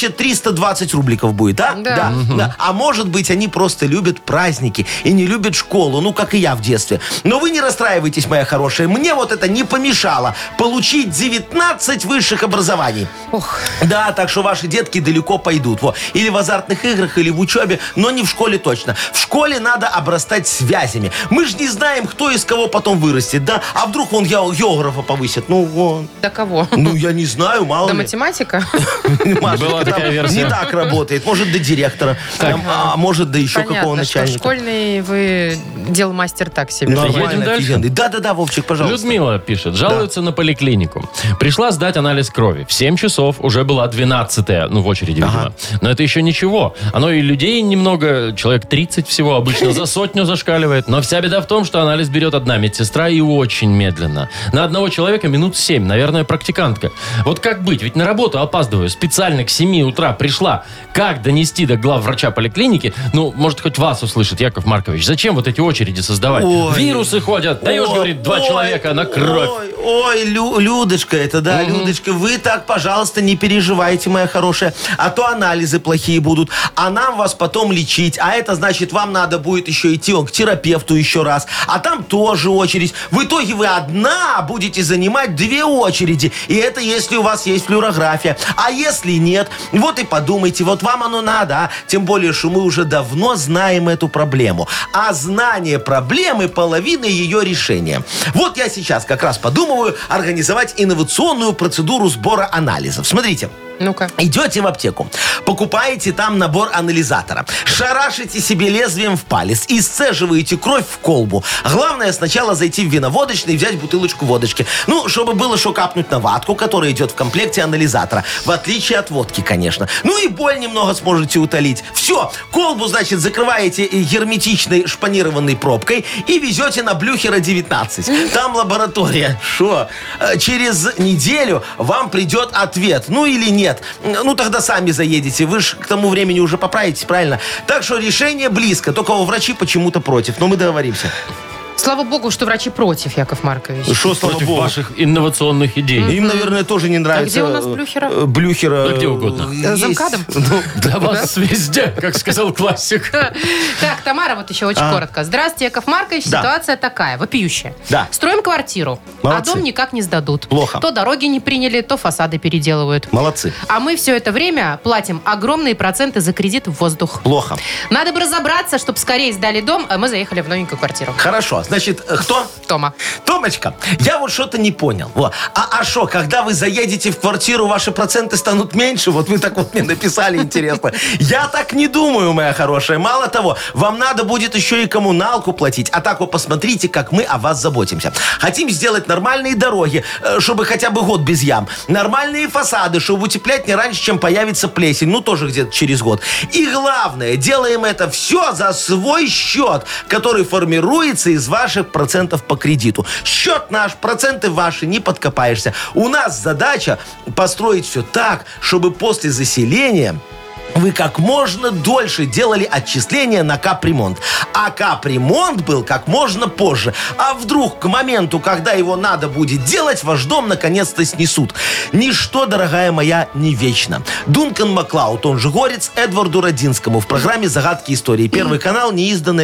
1320 рубликов будет, а? Да. Да. А может быть, они просто любят праздники и не любят школу, ну, как и я в детстве. Но вы не расстраивайтесь, моя хорошая. Мне вот это не помешало получить 19 высших образований. Ох. Да, так что ваши детки далеко пойдут. Во. Или в азартных играх, или в учебе, но не в школе точно. В школе надо обрастать связями. Мы же не знаем, кто из кого потом вырастет, да? А вдруг он географа повысит? Ну, вон. До кого? Ну, я не знаю, мало До ли. математика? Машечка, Была там такая версия. не так работает. Может, до директора. А может, до еще какого Понятно, что начальника. школьный вы делмастер так себе. Нормально, Едем дальше? офигенный. Да, Вовчик, пожалуйста. Людмила пишет, жалуется на поликлинику. Пришла сдать анализ крови. В 7 часов уже была 12-я, ну, в очереди, видимо. Но это еще ничего. Оно и людей немного, человек 30 всего, обычно за 100 зашкаливает. Но вся беда в том, что анализ берет одна медсестра и очень медленно. На одного человека минут 7, наверное, практикантка. Вот как быть? Ведь на работу опаздываю. Специально к 7 утра пришла. Как донести до главврача поликлиники? Ну, может, хоть вас услышит, Яков Маркович. Зачем вот эти очереди создавать? Ой. Вирусы ходят. Даешь, говорит, 2 человека на кровь. Ой, Людочка, это да, Людочка, вы так, пожалуйста, не переживайте, моя хорошая, а то анализы плохие будут, а нам вас потом лечить, а это значит, вам надо будет еще идти к терапевту еще раз, а там тоже очередь. В итоге вы одна будете занимать 2 очереди, и это если у вас есть флюорография, а если нет, вот и подумайте, вот вам оно надо, а? Тем более, что мы уже давно знаем эту проблему, а знание проблемы – половина ее решения. Вот я сейчас как раз подумываю организовать инновационную процедуру сбора анализов. Смотрите. Ну-ка. Идете в аптеку, покупаете там набор анализатора, шарашите себе лезвием в палец и сцеживаете кровь в колбу. Главное сначала зайти в виноводочный и взять бутылочку водочки. Ну, чтобы было что капнуть на ватку, которая идет в комплекте анализатора. В отличие от водки, конечно. Ну и боль немного сможете утолить. Все, колбу, значит, закрываете герметичной шпанированной пробкой и везете на Блюхера 19. Там лаборатория. Шо? Через неделю вам придет ответ. Ну или нет. Ну, тогда сами заедете. Вы же к тому времени уже поправитесь, правильно? Так что решение близко. Только врачи почему-то против. Но мы договоримся. Слава богу, что врачи против, Яков Маркович. Что, слава Против богу? ваших инновационных идей. Им, наверное, тоже не нравится. где у нас Блюхера? Блюхера. Да где угодно. Есть. Замкадом? Ну, Для вас везде, как сказал классик. Так, Тамара вот еще очень коротко. Здравствуйте, Яков Маркович. Да. Ситуация такая, вопиющая. Да. Строим квартиру, Молодцы. а дом никак не сдадут. Плохо. То дороги не приняли, то фасады переделывают. Молодцы. А мы все это время платим огромные проценты за кредит в воздух. Плохо. Надо бы разобраться, чтобы скорее сдали дом, а мы заехали в новенькую квартиру. Хорошо. Значит, кто? Тома. Томочка, я вот что-то не понял. Во. А что, когда вы заедете в квартиру, ваши проценты станут меньше? Вот вы так вот мне написали, интересно. Я так не думаю, моя хорошая. Мало того, вам надо будет еще и коммуналку платить. А так вот посмотрите, как мы о вас заботимся. Хотим сделать нормальные дороги, чтобы хотя бы год без ям. Нормальные фасады, чтобы утеплять не раньше, чем появится плесень. Ну, тоже где-то через год. И главное, делаем это все за свой счет, который формируется из ваших процентов по кредиту. Счет наш, проценты ваши, не подкопаешься. У нас задача построить все так, чтобы после заселения вы как можно дольше делали отчисления на капремонт. А капремонт был как можно позже. А вдруг к моменту, когда его надо будет делать, ваш дом наконец-то снесут. Ничто, дорогая моя, не вечно. Дункан Маклауд, он же Горец, Эдварду Родинскому в программе «Загадки истории». Первый канал, неизданное,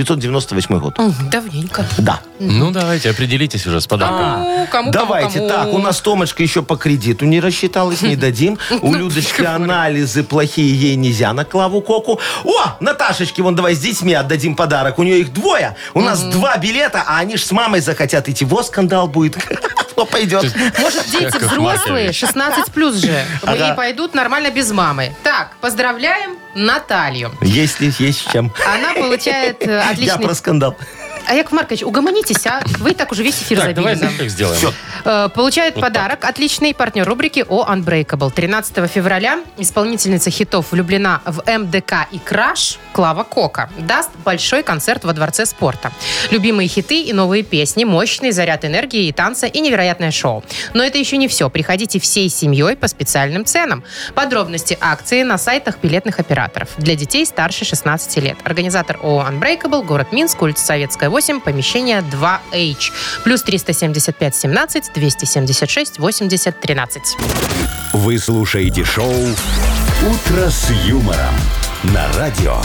1998 год. Давненько. Да. Ну, давайте, определитесь уже с подарком. Кому? Давайте так, у нас Томочка еще по кредиту не рассчиталась, не дадим. У Людочки анализы плохие, ей нельзя на Клаву Коку. О, Наташечке, вон давай с детьми отдадим подарок. У нее их 2. У нас 2 билета, а они ж с мамой захотят идти. Вот скандал будет. Кто пойдет? Может, дети Яков взрослые, Маркович. 16 плюс же. Ага. И пойдут нормально без мамы. Так, поздравляем Наталью. Есть чем. Она получает Я отличный... про скандал. А Яков Маркович, угомонитесь, а? Вы и так уже весь эфир Так, забили давай нам. знаешь, как сделаем. Всё. Получает подарок отличный партнер рубрики «О Unbreakable». 13 февраля исполнительница хитов влюблена в МДК и Краш Клава Кока даст большой концерт во Дворце спорта. Любимые хиты и новые песни, мощный заряд энергии и танца и невероятное шоу. Но это еще не все. Приходите всей семьей по специальным ценам. Подробности акции на сайтах билетных операторов. Для детей старше 16 лет. Организатор ООО Unbreakable, город Минск, улица Советская, 8, помещение 2H. Плюс 375 17 276 80 13. Вы слушаете шоу «Утро с юмором» на радио.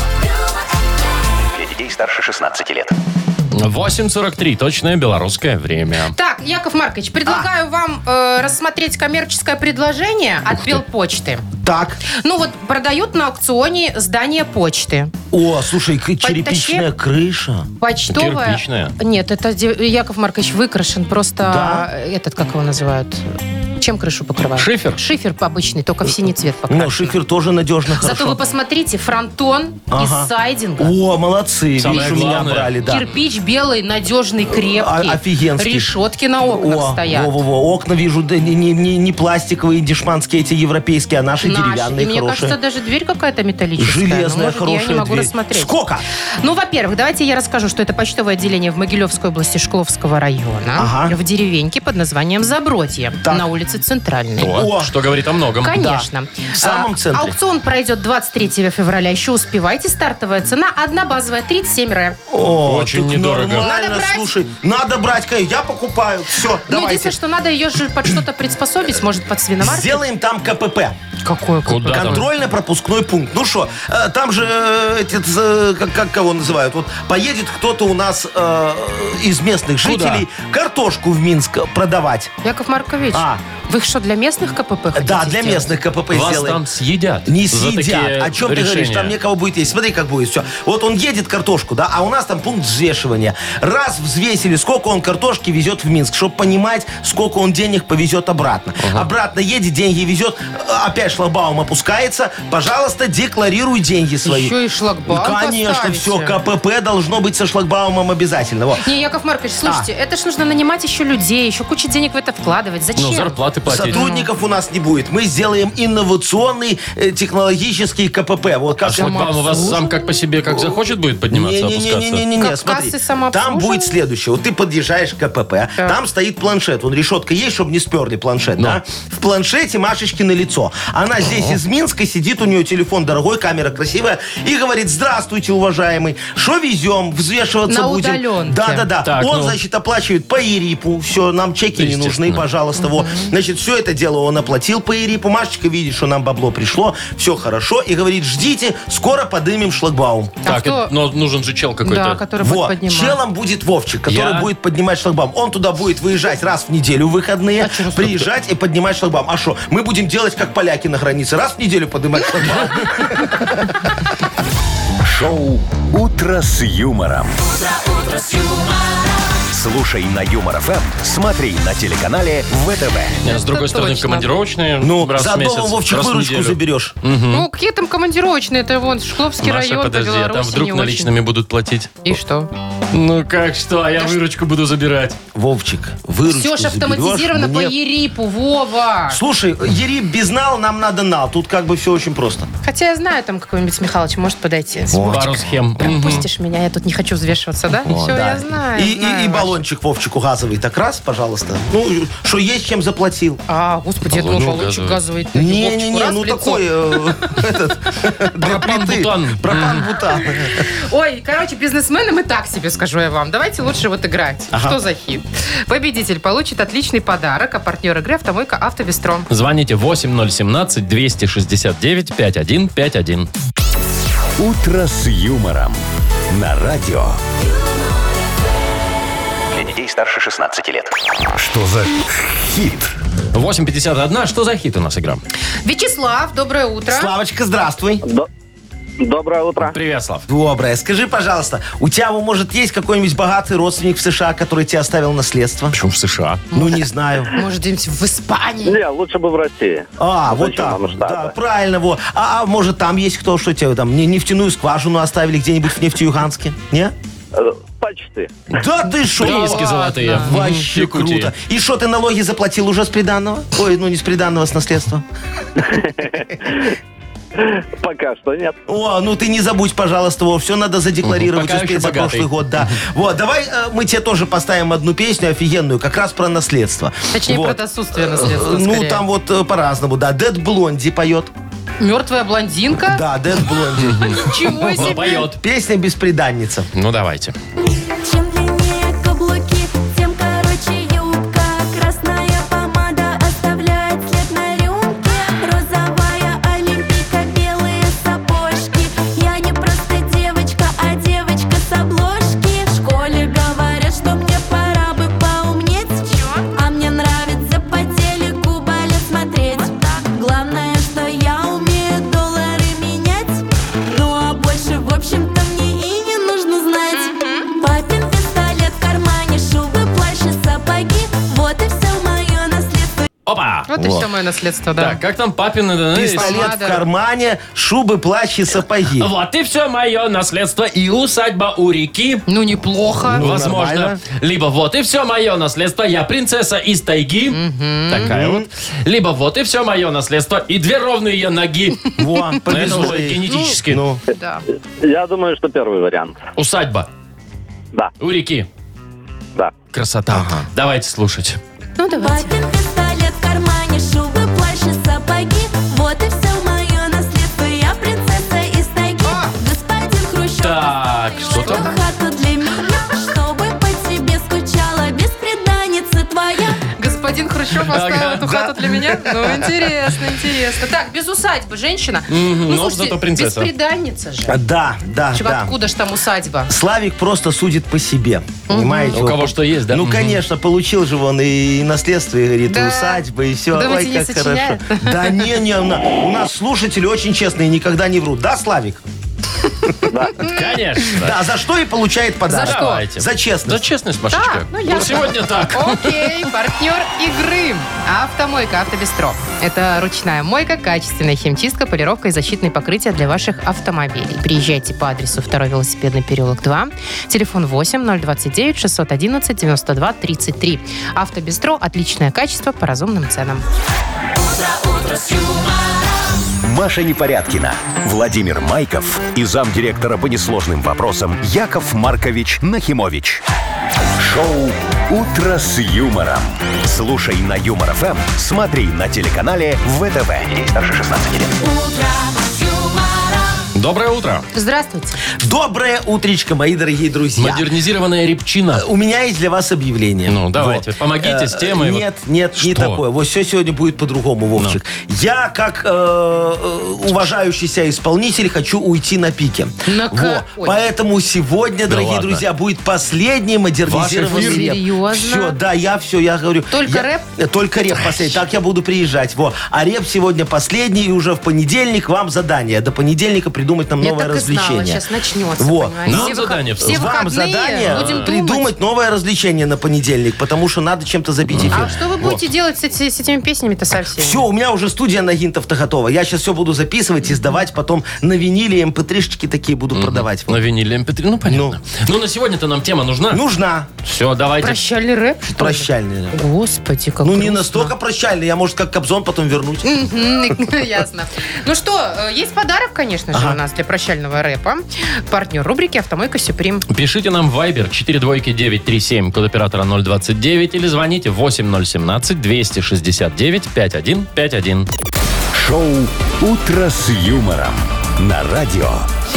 Для детей старше 16 лет. 8:43, точное белорусское время. Так, Яков Маркович, предлагаю вам рассмотреть коммерческое предложение от Белпочты. Так. Ну вот, продают на аукционе здание почты. О, слушай, черепичная крыша. Почтовая. Кирпичная? Нет, это Яков Маркович выкрашен просто Да? этот, как его называют? Чем крышу покрывают? Шифер? Шифер обычный, только в синий цвет покрашен. Ну, шифер тоже надежно, Зато хорошо. вы посмотрите, фронтон Ага. из сайдинга. О, молодцы. Самое Видишь, у меня главное. брали, да. Кирпич белый, надежный, крепкий. Офигенский. Решетки на окнах стоят. Во-во-во, окна вижу, да, не пластиковые, дешманские эти европейские, а наши Наши. деревянные, И мне хорошие. кажется, даже дверь какая-то металлическая. Железная, Но, может, хорошая я не могу дверь. рассмотреть. Сколько? Ну, во-первых, давайте я расскажу, что это почтовое отделение в Могилевской области Шкловского района. Ага. В деревеньке под названием Забродье. Так. На улице Центральной. О, О. что говорит о многом. Конечно. В самом центре. Аукцион пройдет 23 февраля. Еще успевайте. Стартовая цена одна базовая 37 ре. О, Очень так недорого. нормально, Надо брать? слушай. Надо брать, я покупаю. Все, Ну, давайте. единственное, что надо ее же под что-то приспособить. Может, под свиномаркет? Сделаем там КПП. Какое? Куда там? Контрольно-пропускной пункт. Ну что, там же, как кого называют? Вот поедет кто-то у нас из местных жителей картошку в Минск продавать. Яков Маркович, вы их что, для местных КПП хотите Да, для сделать? местных КПП Вас сделаем. там съедят. Не за такие съедят. О чем ты говоришь? решения. Там некого будет есть. Смотри, как будет все. Вот он едет картошку, да, а у нас там пункт взвешивания. Раз взвесили, сколько он картошки везет в Минск, чтобы понимать, сколько он денег повезет обратно. Обратно едет, деньги везет, опять шлагбаум опускается. Пожалуйста, декларируй деньги свои. Еще и шлагбаум Конечно, поставите. все, КПП должно быть со шлагбаумом обязательно. Вот. Не, Яков Маркович, слушайте, это ж нужно нанимать еще людей, еще кучу денег в это вкладывать. Зачем? Ну, зарплаты платить. Сотрудников у нас не будет. Мы сделаем инновационный технологический КПП. Вот как А шлагбаум у вас сам как по себе, как захочет, будет подниматься, опускаться? Не-не-не, Как смотри. кассы самообслуживания? Там будет следующее. Вот ты подъезжаешь к КПП, там стоит планшет. Вон решетка есть, чтобы не сперли планшет, да? В планшете Машечкино лицо. Она здесь из Минска сидит, у нее телефон дорогой, камера красивая, и говорит: здравствуйте, уважаемый, что везем? Взвешиваться На будем. удаленке. Да-да-да. Так, Он, ну. значит, оплачивает по ИРИПу. Все, нам чеки не нужны, Естественно. пожалуйста. Вот. Значит, все это дело он оплатил по ИРИПу. Машечка видит, что нам бабло пришло, все хорошо, и говорит: ждите, скоро подымем шлагбаум. Так, кто? но нужен же чел какой-то. Да, который будет Вот, поднимать. челом будет Вовчик, который Я? будет поднимать шлагбаум. Он туда будет выезжать раз в неделю в выходные, А чё, приезжать и поднимать шлагбаум. А что, мы будем делать, как поляки на границе, раз в неделю поднимать шлагбаум? Шоу «Утро с юмором». Слушай на Юмор ФМ, смотри на телеканале ВТВ. С другой стороны, в точно. командировочные Ну, раз в заодно, месяц, Вовчик, раз в выручку неделю. заберешь. Ну, какие там командировочные? Это вон Шкловский Маша, район, подожди, по а там Беларуси вдруг не наличными будут платить? очень. И что? Ну как что? А я выручку буду забирать. Вовчик, выручку Все же заберешь, автоматизировано по мне- ЕРИПу, Вова. Слушай, ЕРИП без нал, нам надо нал. Тут как бы все очень просто. Хотя я знаю, там какой-нибудь Михалыч может подойти. Пару схем. Мгм. Пропустишь меня, я тут не хочу взвешиваться, да? О, Все, да. я знаю. И знаю, Маш. баллончик Вовчику газовый. Так раз, пожалуйста. Ну, что есть, чем заплатил. А, господи, я думала, Баллончик баллончик газовый. Не-не-не, Раз ну в лицо. такой для плиты. Пропан-бутан. Пропан-бутан. Ой, короче, бизнесменам и так себе скажу я вам. Давайте лучше вот играть. Что за хит? Победитель получит отличный подарок, а партнер игры «Автомойка Автобестро». Звоните 8017-269-5151. «Утро с юмором» на радио. Для детей старше 16 лет. Что за хит? 8:51. Что за хит у нас игра? Вячеслав, доброе утро. Славочка, здравствуй. Доброе утро. Привет, Слав. Доброе. Скажи, пожалуйста, у тебя, может, есть какой-нибудь богатый родственник в США, который тебе оставил наследство? Почему в США? Ну, не знаю. Может, где-нибудь в Испании? Не, лучше бы в России. А, вот Зачем так. нам Штаты? Да, правильно, вот. А может, там есть кто, что тебе там нефтяную скважину оставили где-нибудь в Нефтеюганске? Не? Почти. Да ты шо? Прииски золотые. Вообще Якутии. круто. И что, ты налоги заплатил уже с приданного? Ой, ну не с приданного, с наследства. Пока что нет. О, ну ты не забудь, пожалуйста, все надо задекларировать, Пока успеть еще за богатый. прошлый год, да. Вот, давай мы тебе тоже поставим одну песню офигенную, как раз про наследство. Точнее, Вот. про отсутствие наследства. Ну, скорее. там вот по-разному, да. Дед Блонди поет. Мертвая блондинка? Да, Дед Блонди. Чего Но себе? поет. Песня «Бесприданница». Ну, давайте. Чем длиннее каблуки, тем короче юбка. Красная помада оставляет след на рюмке. Розовая олимпийка, белые сапожки. Я не просто девочка, а девочка с обложки. В школе говорят, что мне пора бы поумнеть. А мне нравится по телеку балет смотреть. Главное, что я умею доллары менять. Ну а больше, в общем-то, мне и не нужно знать. Папин пистолет в кармане, шубы, плащ и сапоги. Вот и все мое наследство. Опа! Вот и все мое наследство, да. Так, как там папин? Пистолет в кармане, шубы, плащ и сапоги. Вот и все мое наследство и усадьба у реки. Ну, неплохо. Возможно. нормально. Либо вот и все мое наследство, я принцесса из тайги. Такая вот. Либо вот и все мое наследство и две ровные ноги. Во, Но это повезло уже ей. генетически. Ну, Да. Я думаю, что первый вариант. Усадьба Да, у реки. да. Красота. Давайте слушать. Ну, давайте. Папин пистолет в кармане, шубы, плащ и сапоги. Вот и все мое наследство, я принцесса из тайги. Господин Хрущев Так, что построил там? хату для меня, чтобы по тебе скучала бесприданница твоя. Господин Хрущев оставил эту хату для меня? Ну, интересно, интересно. Так, без усадьбы женщина. Ну, но слушайте, зато принцесса. бесприданница же. да, да, Чего, да. откуда ж там усадьба? Славик просто судит по себе. Понимаете? У кого что есть, да? Ну, Мгм. конечно, получил же он и наследство, и, говорит, Да. и усадьба, и все. Думаете, Ой, не как хорошо. сочиняет? Да не, у нас слушатели очень честные, никогда не врут. Да, Славик? Конечно. Да, за что и получает подарок. За что? Давайте. За честность. За честность, Машечка. Да, ну, ясно. Сегодня так. Окей, партнер игры. Автомойка «Автобестро». Это ручная мойка, качественная химчистка, полировка и защитные покрытия для ваших автомобилей. Приезжайте по адресу 2-й велосипедный переулок 2, телефон 8-029-611-92-33. «Автобестро» – отличное качество по разумным ценам. Маша Непорядкина, Владимир Майков и замдиректора по несложным вопросам Яков Маркович Нахимович. Шоу «Утро с юмором». Слушай на Юмор ФМ, смотри на телеканале ВТВ. Ей старше 16 лет. Доброе утро. Здравствуйте. Доброе утречко, мои дорогие друзья. Модернизированная репчина. У меня есть для вас объявление. Ну, давайте, помогите с темой. Нет, не Что? такое. Вот все сегодня будет по-другому, Вовчик. Я, как уважающийся исполнитель, хочу уйти на пике. На какой? Поэтому сегодня, Да дорогие ладно. друзья, будет последний модернизированный Ваш эфир? реп. Серьезно? Все, я говорю. Только рэп? Только рэп последний. Так я буду приезжать. Во. А рэп сегодня последний, и уже в понедельник вам задание. До понедельника придумать нам Я новое так и знала, развлечение. сейчас начнется, Во. понимаете? Нам Все задание все в- Вам выходные задание будем придумать думать. новое развлечение на понедельник, потому что надо чем-то забить эфир. А что вы будете делать с этими песнями-то совсем? Все, у меня уже студия нагинтов-то готова. Я сейчас все буду записывать и сдавать, потом на виниле mp3-шки такие буду продавать. На виниле MP3, ну понятно. Ну, на сегодня-то нам тема нужна. Нужна. Все, давайте. Прощальный рэп, что ли? Прощальный. Господи, как Ну, не грустно. настолько прощальный. Я, может, как Кобзон потом вернуть. Ясно. Ну что, есть подарок, конечно же, у нас для прощального рэпа. Партнер рубрики «Автомойка Сюприм». Пишите нам в Viber 42937, код оператора 029, или звоните 8017-269-5151. Шоу «Утро с юмором» на радио.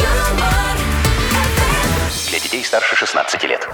Для детей старше 16 лет.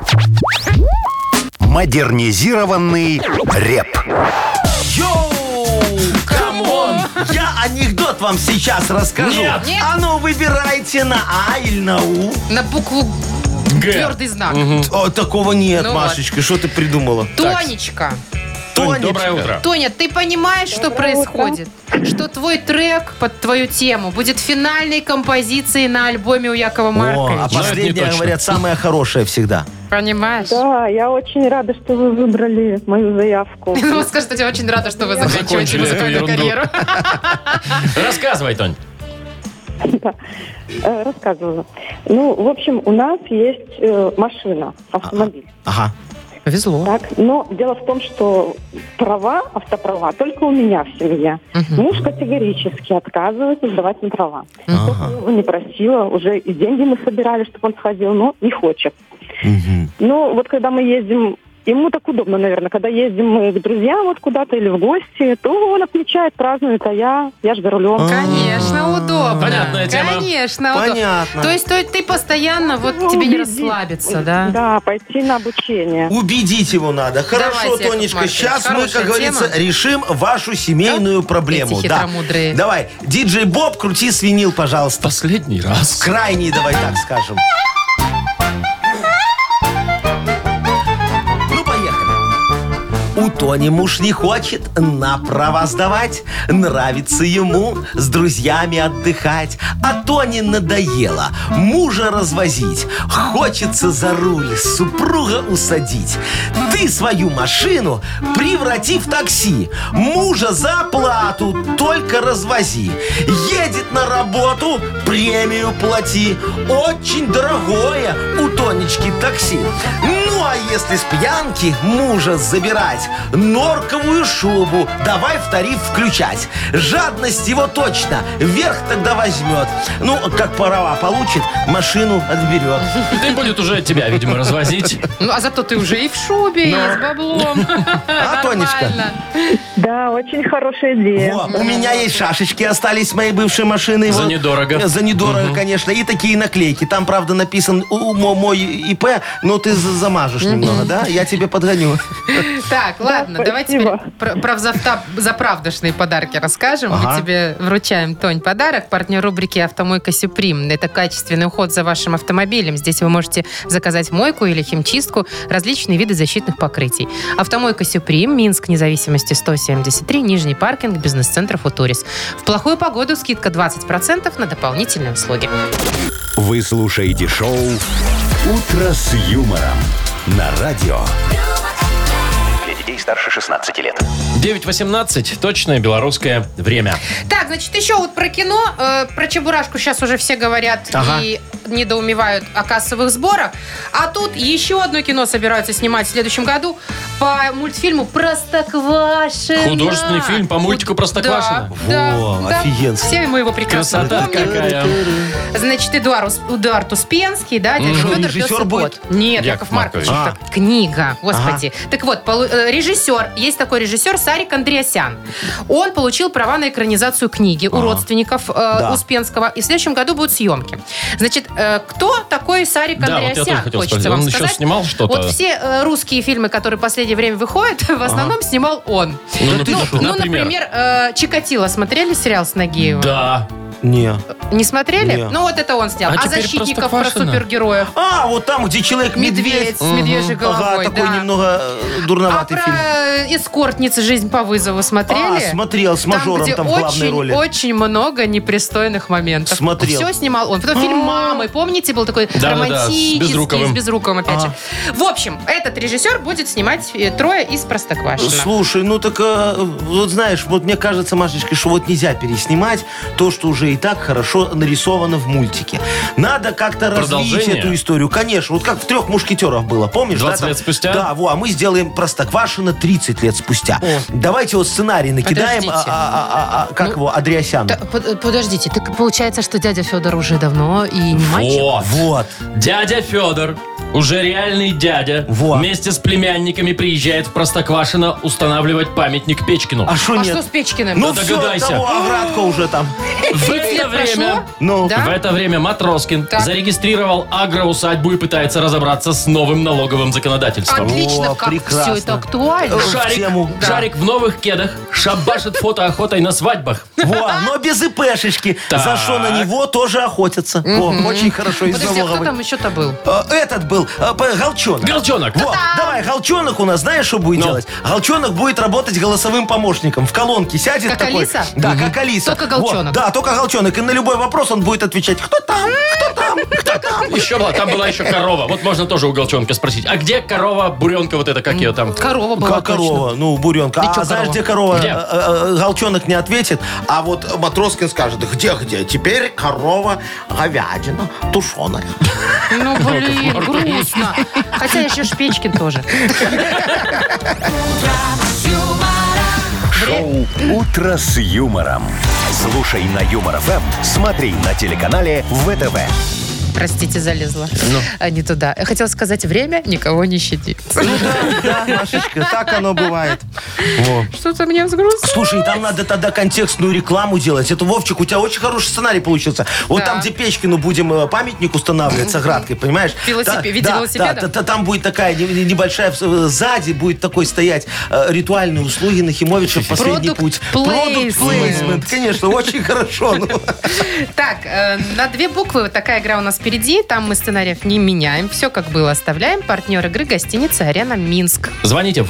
Модернизированный рэп. Йоу! Камон! Я анекдот вам сейчас расскажу. Нет. Нет. А ну, выбирайте на А или на У. На букву Г. твердый знак. О, такого нет, Ну Машечка. Что ты придумала? Тонечка. Тонь, доброе утро. Тоня, ты понимаешь, что происходит? Что твой трек под твою тему будет финальной композицией на альбоме у Якова О, а Марковича. Но это не последняя, точно. говорят, самая хорошая всегда. Понимаешь? Да, я очень рада, что вы выбрали мою заявку. Ну, скажи, что я очень рада, что вы заканчиваете Закончили эту музыкальную ерунду. карьеру. Рассказывай, Тонь. Да. Рассказываю. Ну, в общем, у нас есть машина, автомобиль. Ага. Повезло. Так, но дело в том, что права, автоправа, только у меня в семье. Муж категорически отказывается сдавать на права. Я его не просила, уже и деньги мы собирали, чтобы он сходил, но не хочет. Ну, вот когда мы ездим, ему так удобно, наверное, когда ездим мы к друзьям вот куда-то или в гости, то он отмечает, празднует, а я ж за рулем. Конечно, удобно. Понятная тема. Конечно, удобно. Понятно. То есть ты постоянно, вот тебе не расслабиться, да? Да, пойти на обучение. Убедить его надо. Хорошо, Давайте, Яков Тонечка, Маркович, сейчас мы, хорошая как говорится, тема. решим вашу семейную проблему. эти Да. хитромудрые. Давай, диджей Боб, крути свинил, пожалуйста. Последний раз. Крайний, давай так скажем. Ну, поехали. У Тони муж не хочет на права сдавать. Нравится ему с друзьями отдыхать. А Тони надоело мужа развозить. Хочется за руль супруга усадить. Ты свою машину преврати в такси. Мужа за плату только развози. Едет на работу, премию плати. Очень дорогое у Тонечки такси. Ну а если с пьянки мужа забирать, норковую шубу давай в тариф включать. Жадность его точно вверх тогда возьмет. Ну, как права получит, машину отберет. Ты будет уже тебя, видимо, развозить. Ну, а зато ты уже и в шубе, и с баблом. А, Тонечка? Нормально. Да, очень хорошая идея. Во, у меня есть шашечки, остались с моей бывшей машины. За Вот. недорого. За недорого, конечно. И такие наклейки. Там, правда, написан мой ИП, но ты замажешь немного, да? Я тебе подгоню. Так, ладно, давайте спасибо. теперь про заправдошные подарки расскажем. Ага. Мы тебе вручаем, Тонь, подарок. Партнер рубрики «Автомойка Сюприм». Это качественный уход за вашим автомобилем. Здесь вы можете заказать мойку или химчистку, различные виды защитных покрытий. «Автомойка Сюприм», Минск, независимости 173, Нижний паркинг, бизнес-центр «Футурис». В плохую погоду скидка 20% на дополнительные услуги. Вы слушаете шоу «Утро с юмором» на радио. Для детей старше 16 лет. 9:18, точное белорусское время. Так, значит, еще вот про кино. Про Чебурашку сейчас уже все говорят Ага. и недоумевают о кассовых сборах. А тут еще одно кино собираются снимать в следующем году по мультфильму «Простоквашино». Художественный фильм по мультику «Простоквашино». Во, офигенский. Все мы его прекрасно Красота помним. какая. Значит, Эдуард Успенский, да, дядя Что, Федор, режиссер пес и будет? кот. Нет, Яков Яков Маркович, Маркович. это книга, господи. Так вот, режиссер, есть такой режиссер Сарик Андреасян. Он получил права на экранизацию книги у родственников Успенского, и в следующем году будут съемки. Значит, кто такой Сарик Да, вот я Андреасян? тоже хотел Хочется спросить. вам Он еще сказать. снимал что-то? Вот все русские фильмы, которые в последнее время выходят, в основном снимал он. Ну, например, «Чикатило» смотрели сериал с Нагиевым? Да. Не. Не смотрели? Не. Ну, вот это он снял. А А теперь «Защитников» про «Простоквашино». супергероев? А, вот там, где человек-медведь. Медведь с медвежьей головой, Ага, такой да. немного А дурноватый про фильм. эскортницы «Жизнь по вызову» смотрели? А, смотрел, с мажором где там в главной очень, роли. очень много непристойных моментов. Смотрел. Все снимал он. Потом фильм «Мамы», помните, был такой Да-да-да, с романтический, Безруковым. с Безруковым опять же. В общем, этот режиссер будет снимать «Трое из Простоквашино». Слушай, ну так, вот знаешь, вот мне кажется, Машечка, что вот нельзя переснимать то, что уже и так хорошо нарисовано в мультике. Надо как-то развить Продолжение? эту историю. Конечно, вот как в «Трех мушкетерах» было, помнишь? 20 да, лет спустя? Да, а мы сделаем «Простоквашино» 30 лет спустя. Давайте вот сценарий накидаем, Подождите. как его, Андреасяну. Подождите, так получается, что дядя Федор уже давно и не мальчик? Вот. Дядя Федор, уже реальный дядя, Во. вместе с племянниками приезжает в Простоквашино устанавливать памятник Печкину. А что А нет? что с Печкиным? Ну Да все, догадайся. того оградка уже там. В 30 это лет прошло? время... Ну, Да? В это время Матроскин Так. зарегистрировал агроусадьбу и пытается разобраться с новым налоговым законодательством. Отлично, О, как прекрасно. все это актуально. в тему. Шарик в новых кедах шабашит фотоохотой на свадьбах. Во, но без ИПшечки. Так. За что на него тоже охотятся. О, очень хорошо из Подожди, а кто налоговой. там еще-то был? Этот был Галчонок. Галчонок. Вот, давай, Галчонок у нас, знаешь, что будет Ну. делать? Галчонок будет работать голосовым помощником. В колонке сядет Как такой. Алиса? Да, как Алиса. Только Галчонок. Вот, да, только Галчонок. И на любой вопрос он будет отвечать: кто там, кто там, кто там. Там была еще корова. Вот можно тоже у Галчонка спросить. А где корова, буренка вот эта, как ее там? Корова была Как корова? точно. Ну, буренка. чё Знаешь, корова? где корова? Где? Галчонок не ответит, а вот Матроскин скажет: где? Теперь корова, говядина, тушеная. Ну, блин, грустно. Хотя еще Шпечкин тоже. Шоу «Утро с юмором». Слушай на Юмор ФМ, смотри на телеканале ВТВ. Простите, залезла. Не туда. Я хотела сказать, время никого не щадит. Да, Машечка, так оно бывает. Во. Что-то мне взгрузило. Слушай, там надо тогда контекстную рекламу делать. Это, Вовчик, у тебя очень хороший сценарий получился. Вот Да. там, где Печкину будем памятник устанавливать с оградкой, понимаешь? В виде велосипеда? Да, там будет такая небольшая, сзади будет такой стоять ритуальные услуги Нахимовича в последний Product путь. placement. Placement, конечно, очень хорошо. Ну. Так, на 2 буквы вот такая игра у нас впереди. Там мы сценариев не меняем. Все как было оставляем. Партнер игры — гостиница «Арена Минск». Звоните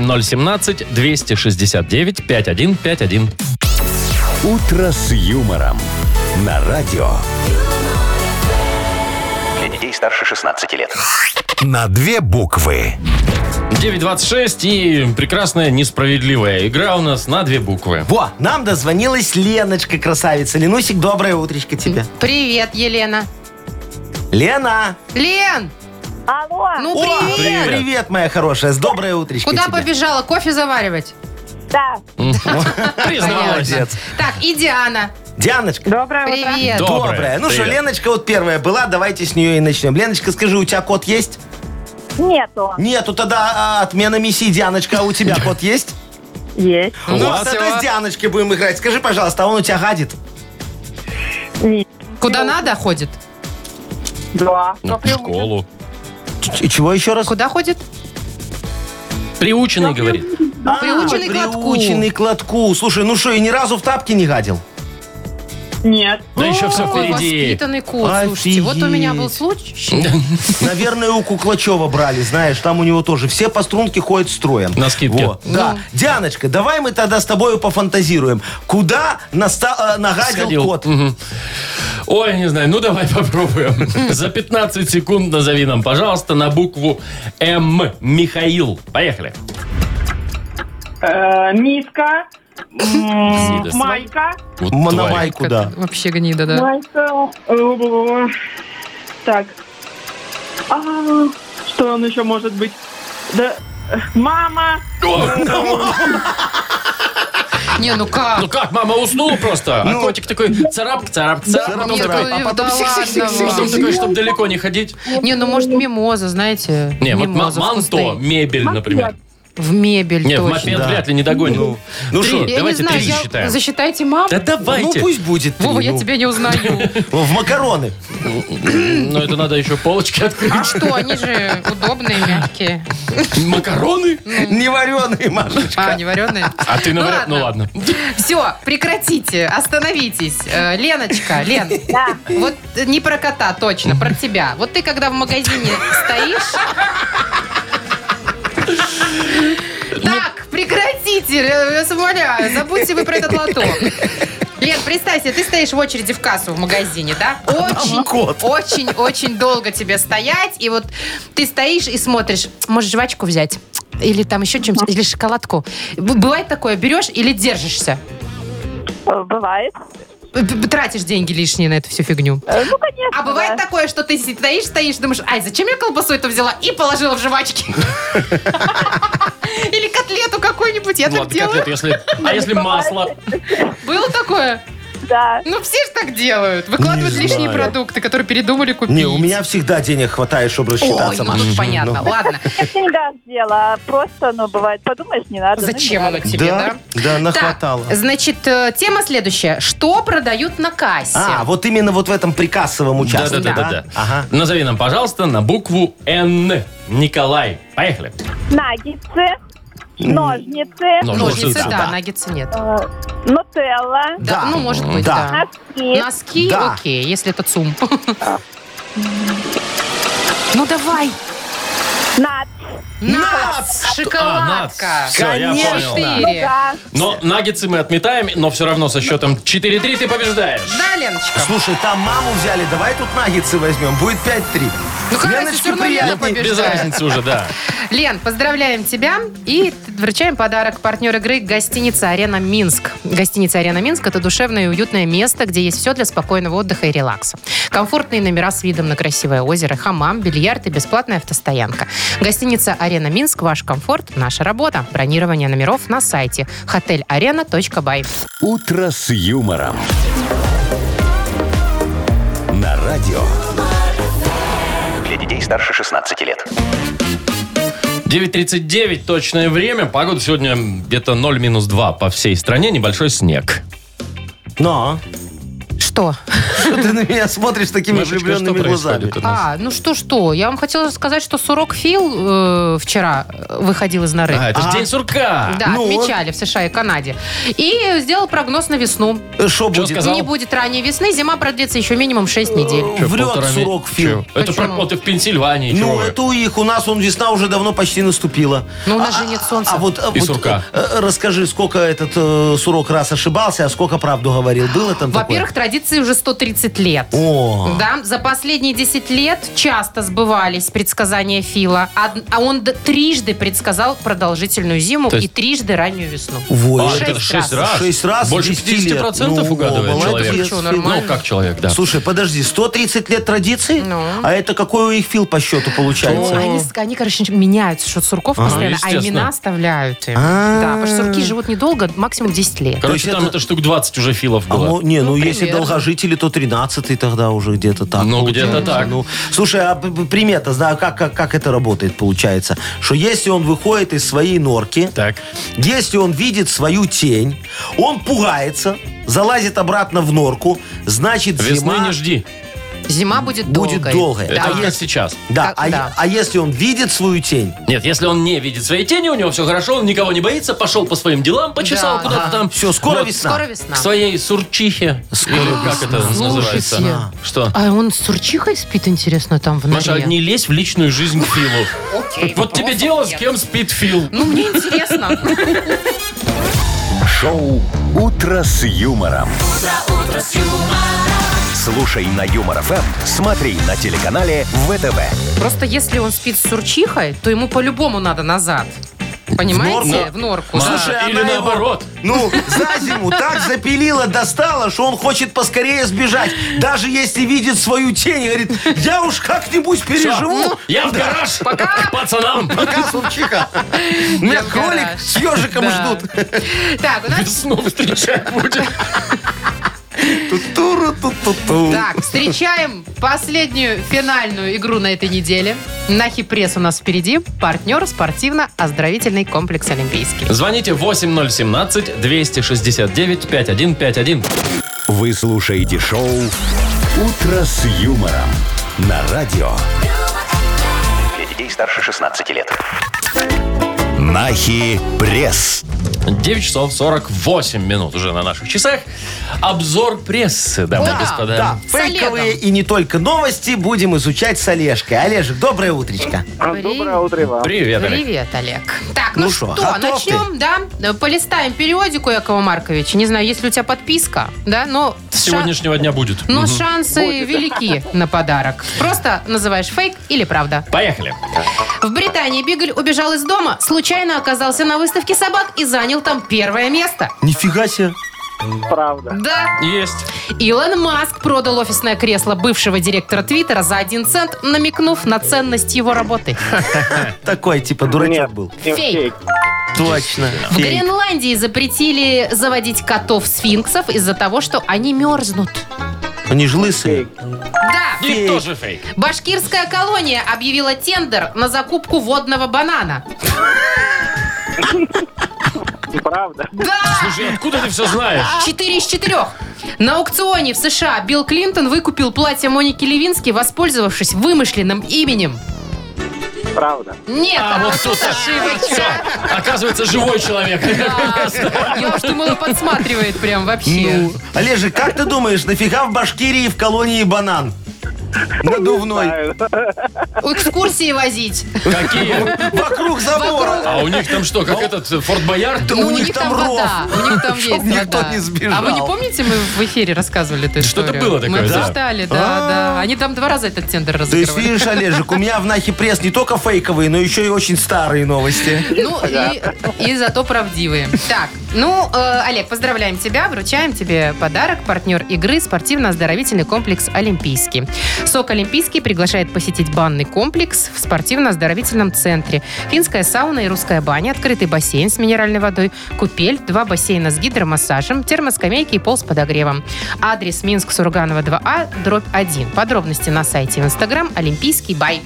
8017-269-5151. «Утро с юмором» на радио. Для детей старше 16 лет. На 2 буквы. 9:26 и прекрасная несправедливая игра у нас на 2 буквы. Во, нам дозвонилась Леночка, красавица. Ленусик, доброе утречко тебе. Привет, Елена. Лена! Лен! Алло. Ну, О, привет! привет, моя хорошая. С доброе утречко Куда тебе. побежала? Кофе заваривать? Да. Призналась. Молодец. Так, и Диана. Дианочка. Доброе утро. Привет. Доброе. Ну что, Привет. Леночка вот первая была, давайте с нее и начнем. Леночка, скажи, у тебя кот есть? Нету. Нету, тогда отмена миссии. Дианочка, а у тебя кот есть? Есть. У Ну, вас? тогда с Дианочкой будем играть. Скажи, пожалуйста, а он у тебя гадит? Нет. Куда надо ходит? Да. Ну, в школу. Чего еще раз? Куда ходит? Приученный, говорит. Приученный к лотку. Приученный к лотку. Слушай, ну что, и ни разу в тапки не гадил? Нет. Да еще все Какой впереди. воспитанный кот. Слушайте, вот у меня был случай. Наверное, у Куклачева брали, знаешь, там у него тоже все по струнке ходят строем. На скидке. Вот, да. Дианочка, давай мы тогда с тобой пофантазируем. Куда нагадил Сходил. кот? Мгм. Ой, не знаю, ну давай попробуем. За 15 секунд назови нам, пожалуйста, на букву М. Михаил. Поехали. Миска. Сида. Майка. Вот На тварь. майку, да. Вообще гнида, да. Майка. Так. Что он еще может быть? Да. Мама. Не, ну как? Ну как, мама уснула просто? А котик такой царапк, царапк, царапк. Потом Нет, такой, ну, да потом ладно потом вам. такой, чтобы далеко не ходить. Не, ну может мимоза, знаете. Не, вот мимоза в манто, кусты. мебель, например. В мебель Не, в точно. мопед вряд ли не догонит. Ну Три. что, Я Давайте не знаю, 3 засчитаем. засчитайте мам. Да ну давайте. пусть будет 3. Вова, я тебя не узнаю. В макароны. Но это надо еще полочки открыть. А что, они же удобные, мягкие. Макароны? Не вареные, Машечка. А, не вареные? А ты, наверное, ну ладно. Все, прекратите, остановитесь. Леночка, Лен, вот не про кота точно, про тебя. Вот ты когда в магазине стоишь... Так, прекратите, я вас умоляю, забудьте вы про этот лоток. Лен, представь себе, ты стоишь в очереди в кассу в магазине, да? кот. Очень долго тебе стоять, и вот ты стоишь и смотришь, может, жвачку взять? Или там еще чем-то, или шоколадку. Бывает такое, берешь или держишься? Бывает. Тратишь деньги лишние на эту всю фигню. Ну, конечно. А бывает такое, что ты стоишь, думаешь, ай, зачем я колбасу эту взяла и положила в жвачки? Или котлету какую-нибудь, я так Ладно, делаю. котлет, если масло. Было такое? Да. Ну, все же так делают. Выкладывают Не лишние знаю. продукты, которые передумали купить. Не, у меня всегда денег хватает, чтобы Ой, рассчитаться, ну Маша. тут понятно. Ладно. Это не газ дело, а просто, бывает, подумаешь, не надо. Зачем оно тебе, да? Да, нахватало. Так, значит, тема следующая. Что продают на кассе? А, вот именно вот в этом прикассовом участке, Да. Ага. Назови нам, пожалуйста, на букву Н. Николай. Поехали. Наггетсы, ножницы, Ножницы, да. да, наггетсы нет. нутелла, Да, ну, может быть, Да. да. носки. Носки, Да. окей, если это ЦУМ. Ну, давай. Нац! Шоколадка! Все, я Конечно. понял. 4. Да. Но наггетсы мы отметаем, но все равно со счетом 4-3 ты побеждаешь. Да, Леночка? Слушай, там маму взяли, давай тут наггетсы возьмем. Будет 5-3. Ну, какая Леночке все равно Лена приятней. Без побеждает. разницы уже, да. Лен, поздравляем тебя и вручаем подарок. Партнер игры «Гостиница Арена Минск». Гостиница Арена Минск – это душевное и уютное место, где есть все для спокойного отдыха и релакса. Комфортные номера с видом на красивое озеро, хамам, бильярд и бесплатная автостоянка. Гостиница Арена Минск – ваш комфорт, наша работа. Бронирование номеров на сайте hotelarena.by. «Утро с юмором». На радио. Для детей старше 16 лет. 9:39 точное время. Погода сегодня где-то 0-2 по всей стране. Небольшой снег. Но, Что? что ты на меня смотришь такими Машечка, что влюбленными глазами? происходит у нас? Ну что? Я вам хотела сказать, что Сурок Фил вчера выходил из норы. Это же день сурка. Да, Ну отмечали в США и Канаде. И сделал прогноз на весну. Что будет? сказал? Не будет ранней весны, зима продлится еще минимум 6 недель. Чё, Врет полтора сурок Фил. Чё? Это Почему? вот и в Пенсильвании. Ну, чего вы? это у них. У нас весна уже давно почти наступила. Но у нас же нет солнца. И сурка. Расскажи, сколько этот сурок раз ошибался, а сколько правду говорил. Было там такое? Во-первых, традиции уже 130 лет. О, Да, за последние 10 лет часто сбывались предсказания Фила. А он трижды предсказал продолжительную зиму То есть- и трижды раннюю весну. вот. А, это 6 раз? 6 раз Больше 10 лет. 50% угадывает молодец, человек. Что, Фил. нормально? Ну, как человек, да. Слушай, подожди, 130 лет традиции? Ну. А это какой у них Фил по счету получается? Они, короче, меняются, что сурков постоянно, а естественно. имена оставляют им. А. Да, потому что сурки живут недолго, максимум 10 лет. Короче, То есть там это- это штук 20 уже филов А, было. если примерно. долгожители, то 13-й тогда уже где-то так. Ну, где-то получается. так. Ну, слушай, а примета, да, как это работает, получается? Что если он выходит из своей норки, Так. если он видит свою тень, он пугается, залазит обратно в норку, значит, Весны зима не жди. Зима будет будет долгой. долгая. Это Да. как сейчас. Да, Как- да. а если он видит свою тень, Нет, если он не видит своей тени, у него все хорошо, он никого не боится, пошел по своим делам, почесал Да. куда-то там. все, скоро Вот, весна. Скоро весна. К своей сурчихе. Или как это называется? Слушайте. Что? А он с сурчихой спит, интересно, там в норе? Маша, не лезь в личную жизнь к Филу. Вот тебе дело, с кем спит Фил. Ну, мне интересно. Шоу «Утро с юмором». Слушай на Юмор ФМ, смотри на телеканале ВТВ. Просто если он спит с сурчихой, то ему по-любому надо назад. Понимаете? В норку. Маша, да. Слушай, или она его- наоборот. Ну, за зиму так запилила, достала, что он хочет поскорее сбежать. Даже если видит свою тень и говорит, я уж как-нибудь переживу. Я в гараж Пока. к пацанам. Пока, сурчиха. Меня в кролик гараж. с ежиком Да. ждут. Так, у нас... Весну встречать будет. Ту-туру-ту-ту-ту. Так, встречаем последнюю финальную игру на этой неделе. Нахи Пресс у нас впереди. Партнер спортивно-оздоровительный комплекс «Олимпийский». Звоните 8017-269-5151. Вы слушаете шоу «Утро с юмором» на радио. Для детей старше 16 лет. Нахи Пресс. 9 часов 48 минут уже на наших часах. Обзор прессы, дамы и Да, господа. Да, С фейковые Олегом. и не только новости будем изучать с Олежкой. Олежек, доброе утречко. Доброе утро вам. Привет, Олег. Привет, Олег. Так, ну Ну что, шо, готов начнем, да? Полистаем периодику Якова Марковича. Не знаю, есть ли у тебя подписка, да? Но С сегодняшнего дня будет. но шансы велики на подарок. Просто называешь фейк или правда. Поехали. В Британии Бигль убежал из дома, случайно оказался на выставке собак и занял там первое место. Нифига себе. Правда. Да. Есть. Илон Маск продал офисное кресло бывшего директора Твиттера за 1 цент, намекнув на ценность его работы. Такой, типа, дурачок Нет, был. не Фейк. фейк. Точно. В Фейк. Гренландии запретили заводить котов-сфинксов из-за того, что они мерзнут. Они же лысые. Да. И Фейк. тоже фейк. Башкирская колония объявила тендер на закупку водного банана. Правда. Да! Слушай, откуда ты все знаешь? 4 из 4. На аукционе в США Билл Клинтон выкупил платье Моники Левински, воспользовавшись вымышленным именем. Правда. Нет, А вот тут ошибочка. Все. Оказывается, живой человек. Я уж думала, подсматривает прям вообще. Ну, Олежек, как ты думаешь, нафига в Башкирии в колонии банан? Надувной. Экскурсии возить. Какие? Вокруг забора. А у них там что, как этот Форт Боярд? Ну, у них там ров. вода. У них там Чтоб есть никто вода. не сбежал. А вы не помните, мы в эфире рассказывали эту Что-то историю? было такое, Мы да. обсуждали, да. Они там 2 раза этот тендер То есть, разыгрывали. видишь, Олежек, у меня в Нахи Пресс не только фейковые, но еще и очень старые новости. Ну, и зато правдивые. Так, Олег, поздравляем тебя, вручаем тебе подарок. Партнер игры — спортивно-оздоровительный комплекс «Олимпийский». СОК «Олимпийский» приглашает посетить банный комплекс в спортивно-оздоровительном центре. Финская сауна и русская баня, открытый бассейн с минеральной водой, купель, 2 бассейна с гидромассажем, термоскамейки и пол с подогревом. Адрес: Минск, Сурганова 2А, дробь 1. Подробности на сайте в Инстаграм «Олимпийский бай».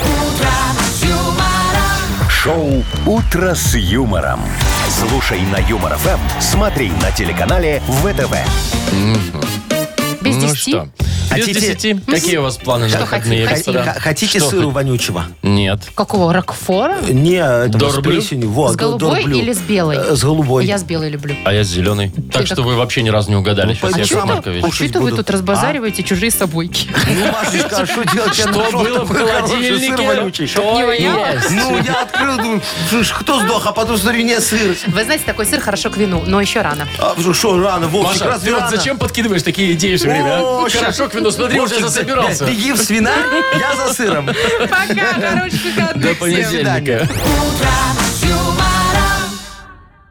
Шоу «Утро с юмором». Слушай на Юмор ФМ, смотри на телеканале ВТВ. Без Ну 10? что, А без теперь- 10? Какие у вас планы на Что выходные, хотите? господа? Хотите Что сыру вонючего? Нет. Какого? Рокфора? Не, этого с Дорблю? плесенью. Вот, С голубой дорблю. или с белой? С голубой. Я с белой люблю. А я с зеленой. Так что вы вообще ни разу не угадали. Сейчас, пойду Яков сам. Маркович. А что это вы буду. тут разбазариваете чужие собойки? Ну, Машечка, а что делать? Я Что нашел было в такой хороший сыр холодильнике? вонючий. Что Не воняло? есть? Ну, я открыл, думаю, кто сдох, а потом смотрю, не сыр. Вы знаете, такой сыр хорошо к вину, но еще рано. А что, рано, Вовчик, Маша, разве ты вот рано? зачем подкидываешь такие идеи все время? О, А? Хорошо к вину, смотри, уже Вовчик, засобирался. Беги в свинарь, я за сыром. Пока, хороших выходных До всем. понедельника. Утро